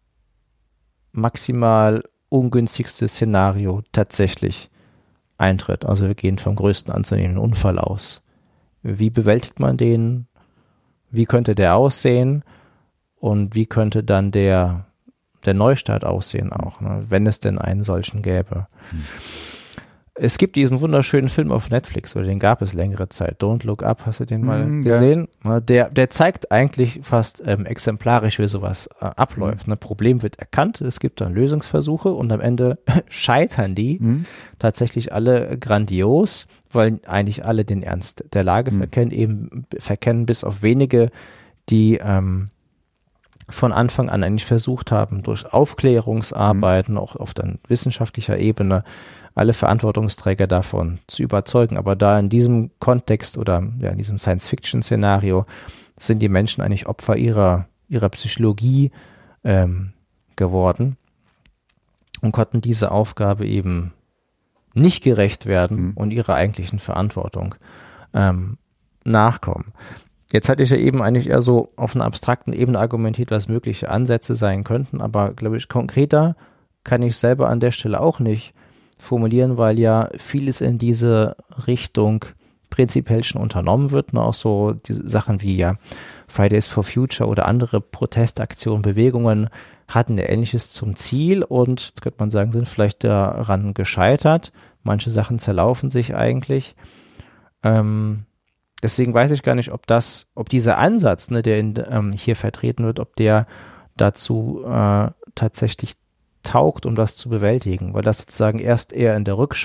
maximal ungünstigste Szenario tatsächlich eintritt. Also wir gehen vom größten anzunehmenden Unfall aus. Wie bewältigt man den? Wie könnte der aussehen? Und wie könnte dann der, der Neustart aussehen auch, ne? Wenn es denn einen solchen gäbe? Hm. Es gibt diesen wunderschönen Film auf Netflix, oder den gab es längere Zeit. Don't Look Up, hast du den mal mm, gesehen? Ja. Der, der zeigt eigentlich fast ähm, exemplarisch, wie sowas äh, abläuft. Mm. Ein Problem wird erkannt, es gibt dann Lösungsversuche und am Ende scheitern die mm. tatsächlich alle grandios, weil eigentlich alle den Ernst der Lage mm. verkennen, eben verkennen, bis auf wenige, die ähm, von Anfang an eigentlich versucht haben, durch Aufklärungsarbeiten, mm. auch auf dann wissenschaftlicher Ebene, alle Verantwortungsträger davon zu überzeugen. Aber da in diesem Kontext oder ja, in diesem Science-Fiction-Szenario sind die Menschen eigentlich Opfer ihrer, ihrer Psychologie ähm, geworden und konnten diese Aufgabe eben nicht gerecht werden mhm. und ihrer eigentlichen Verantwortung ähm, nachkommen. Jetzt hatte ich ja eben eigentlich eher so auf einer abstrakten Ebene argumentiert, was mögliche Ansätze sein könnten, aber glaube ich, konkreter kann ich selber an der Stelle auch nicht formulieren, weil ja vieles in diese Richtung prinzipiell schon unternommen wird, ne? Auch so diese Sachen wie ja Fridays for Future oder andere Protestaktionen, Bewegungen hatten ja Ähnliches zum Ziel und, jetzt könnte man sagen, sind vielleicht daran gescheitert. Manche Sachen zerlaufen sich eigentlich. Ähm, deswegen weiß ich gar nicht, ob das, ob dieser Ansatz, ne, der in, ähm, hier vertreten wird, ob der dazu äh, tatsächlich taugt, um das zu bewältigen, weil das sozusagen erst eher in der Rückschau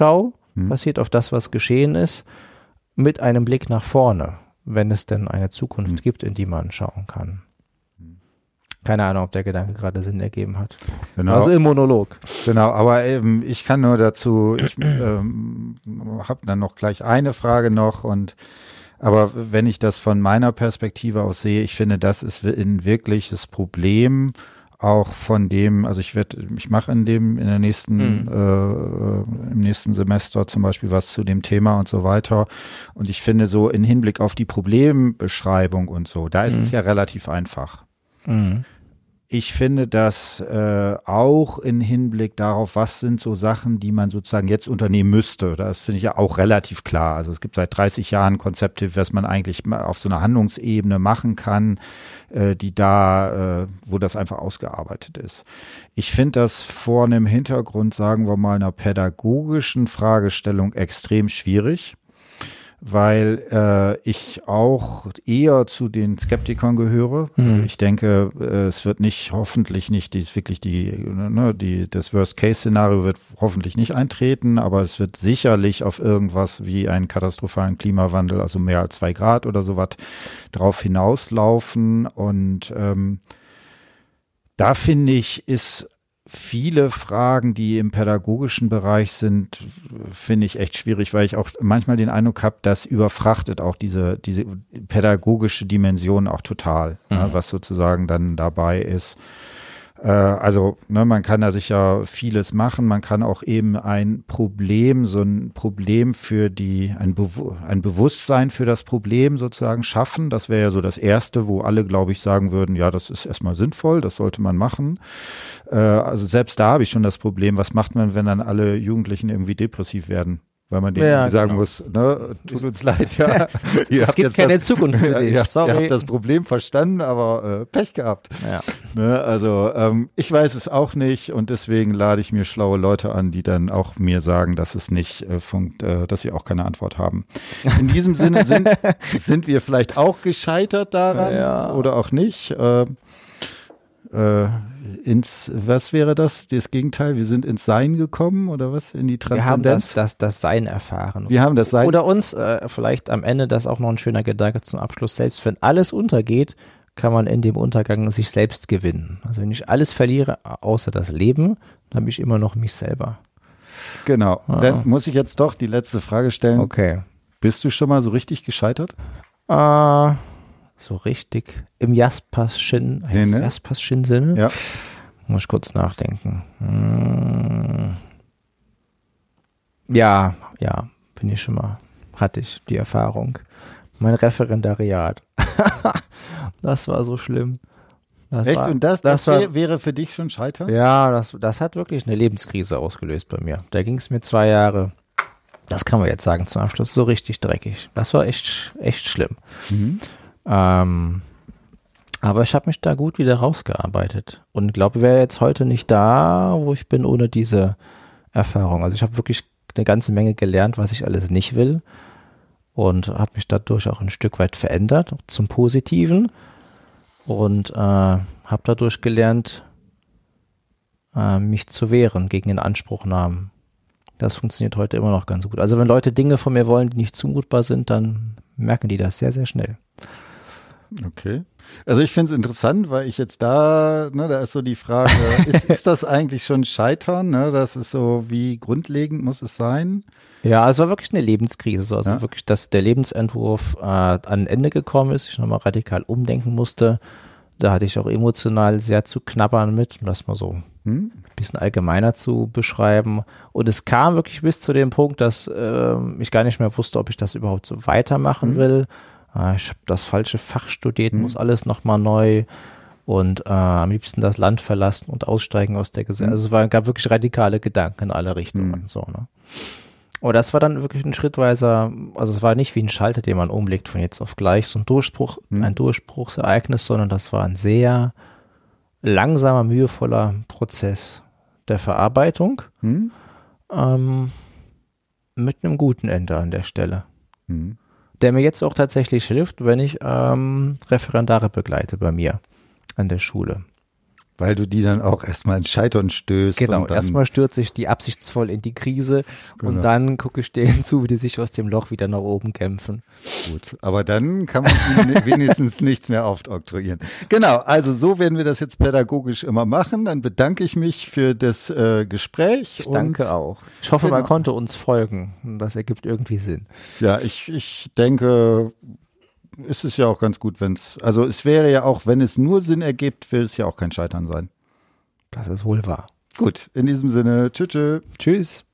hm. basiert auf das, was geschehen ist, mit einem Blick nach vorne, wenn es denn eine Zukunft hm. gibt, in die man schauen kann. Keine Ahnung, ob der Gedanke gerade Sinn ergeben hat. Genau. Also im Monolog. Genau, aber eben, ich kann nur dazu, ich ähm, habe dann noch gleich eine Frage noch und aber wenn ich das von meiner Perspektive aus sehe, ich finde, das ist ein wirkliches Problem auch von dem, also ich werde, ich mache in dem, in der nächsten, mhm. äh, im nächsten Semester zum Beispiel was zu dem Thema und so weiter. Und ich finde so in Hinblick auf die Problembeschreibung und so, da ist mhm. es ja relativ einfach. Mhm. Ich finde das äh, auch in Hinblick darauf, was sind so Sachen, die man sozusagen jetzt unternehmen müsste. Das finde ich ja auch relativ klar. Also es gibt seit dreißig Jahren Konzepte, was man eigentlich auf so einer Handlungsebene machen kann, äh, die da, äh, wo das einfach ausgearbeitet ist. Ich finde das vor einem Hintergrund, sagen wir mal, einer pädagogischen Fragestellung extrem schwierig, weil äh, ich auch eher zu den Skeptikern gehöre. Mhm. Also ich denke, äh, es wird nicht, hoffentlich nicht, dies wirklich die, ne, die, das Worst-Case-Szenario wird hoffentlich nicht eintreten, aber es wird sicherlich auf irgendwas wie einen katastrophalen Klimawandel, also mehr als zwei Grad oder sowas, drauf hinauslaufen. Und ähm, da finde ich, ist viele Fragen, die im pädagogischen Bereich sind, finde ich echt schwierig, weil ich auch manchmal den Eindruck habe, das überfrachtet auch diese, diese pädagogische Dimension auch total, mhm. ne, was sozusagen dann dabei ist. Äh, also ne, man kann da sicher vieles machen, man kann auch eben ein Problem, so ein Problem für die, ein, Bewu- ein Bewusstsein für das Problem sozusagen schaffen. Das wäre ja so das Erste, wo alle, glaube ich, sagen würden, ja, das ist erstmal sinnvoll, das sollte man machen. Äh, also selbst da habe ich schon das Problem, was macht man, wenn dann alle Jugendlichen irgendwie depressiv werden? Weil man denen ja, sagen genau. muss, ne, tut uns leid, ja. Es gibt keine das, Zukunft für dich, ja, sorry. Ihr habt das Problem verstanden, aber äh, Pech gehabt. Ja. Ne, also ähm, ich weiß es auch nicht und deswegen lade ich mir schlaue Leute an, die dann auch mir sagen, dass es nicht äh, funkt, äh, dass sie auch keine Antwort haben. In diesem Sinne sind, sind wir vielleicht auch gescheitert daran ja. oder auch nicht. Äh, äh, ins, was wäre das, das Gegenteil? Wir sind ins Sein gekommen oder was? In die Transzendenz? Wir haben das, das, das Sein erfahren. Wir haben das Sein. Oder uns, äh, vielleicht am Ende, das auch noch ein schöner Gedanke zum Abschluss, selbst wenn alles untergeht, kann man in dem Untergang sich selbst gewinnen. Also wenn ich alles verliere, außer das Leben, dann habe ich immer noch mich selber. Genau. Ja. Dann muss ich jetzt doch die letzte Frage stellen. Okay. Bist du schon mal so richtig gescheitert? Äh, so richtig im Jasperschen, nee, ne? Jasperschen Sinne? Ja. Muss ich kurz nachdenken. Hm. Ja, ja, bin ich schon mal, hatte ich die Erfahrung. Mein Referendariat. Das war so schlimm. Das Echt? War, Und das, das, das war, wäre für dich schon Scheitern? Ja, das, das hat wirklich eine Lebenskrise ausgelöst bei mir. Da ging es mir zwei Jahre, das kann man jetzt sagen zum Abschluss, so richtig dreckig. Das war echt, echt schlimm. Mhm. Ähm, aber ich habe mich da gut wieder rausgearbeitet und glaube, wäre jetzt heute nicht da, wo ich bin, ohne diese Erfahrung. Also ich habe wirklich eine ganze Menge gelernt, was ich alles nicht will und habe mich dadurch auch ein Stück weit verändert, zum Positiven und äh, habe dadurch gelernt, äh, mich zu wehren gegen Inanspruchnahmen. Das funktioniert heute immer noch ganz gut. Also wenn Leute Dinge von mir wollen, die nicht zumutbar sind, dann merken die das sehr, sehr schnell. Okay. Also ich finde es interessant, weil ich jetzt da, ne, da ist so die Frage, ist, ist das eigentlich schon Scheitern? Ne? Das ist so, wie grundlegend muss es sein? Ja, es war wirklich eine Lebenskrise. So. Also ja. wirklich, dass der Lebensentwurf äh, an ein Ende gekommen ist, ich nochmal radikal umdenken musste. Da hatte ich auch emotional sehr zu knabbern mit, um das mal so hm? ein bisschen allgemeiner zu beschreiben. Und es kam wirklich bis zu dem Punkt, dass äh, ich gar nicht mehr wusste, ob ich das überhaupt so weitermachen hm. will. Ich habe das falsche Fach studiert, mhm. muss alles nochmal neu und äh, am liebsten das Land verlassen und aussteigen aus der Gesellschaft. Mhm. Also es war, gab wirklich radikale Gedanken in alle Richtungen. Mhm. So, ne? Aber das war dann wirklich ein schrittweiser, also es war nicht wie ein Schalter, den man umlegt von jetzt auf gleich, so ein Durchbruch, mhm. ein Durchbruchsereignis, sondern das war ein sehr langsamer, mühevoller Prozess der Verarbeitung mhm. ähm, mit einem guten Ende an der Stelle. Mhm. Der mir jetzt auch tatsächlich hilft, wenn ich ähm, Referendare begleite bei mir an der Schule. Weil du die dann auch erstmal ins Scheitern stößt. Genau, erstmal stürze ich die absichtsvoll in die Krise genau. und dann gucke ich denen zu, wie die sich aus dem Loch wieder nach oben kämpfen. Gut, aber dann kann man ihnen wenigstens nichts mehr aufoktroyieren. Genau, also so werden wir das jetzt pädagogisch immer machen. Dann bedanke ich mich für das äh, Gespräch. Ich danke und, auch. Ich hoffe, genau. man konnte uns folgen. Das ergibt irgendwie Sinn. Ja, ich, ich denke, es ist ja auch ganz gut, wenn es, also es wäre ja auch, wenn es nur Sinn ergibt, will es ja auch kein Scheitern sein. Das ist wohl wahr. Gut, in diesem Sinne, tschüss. Tschüss.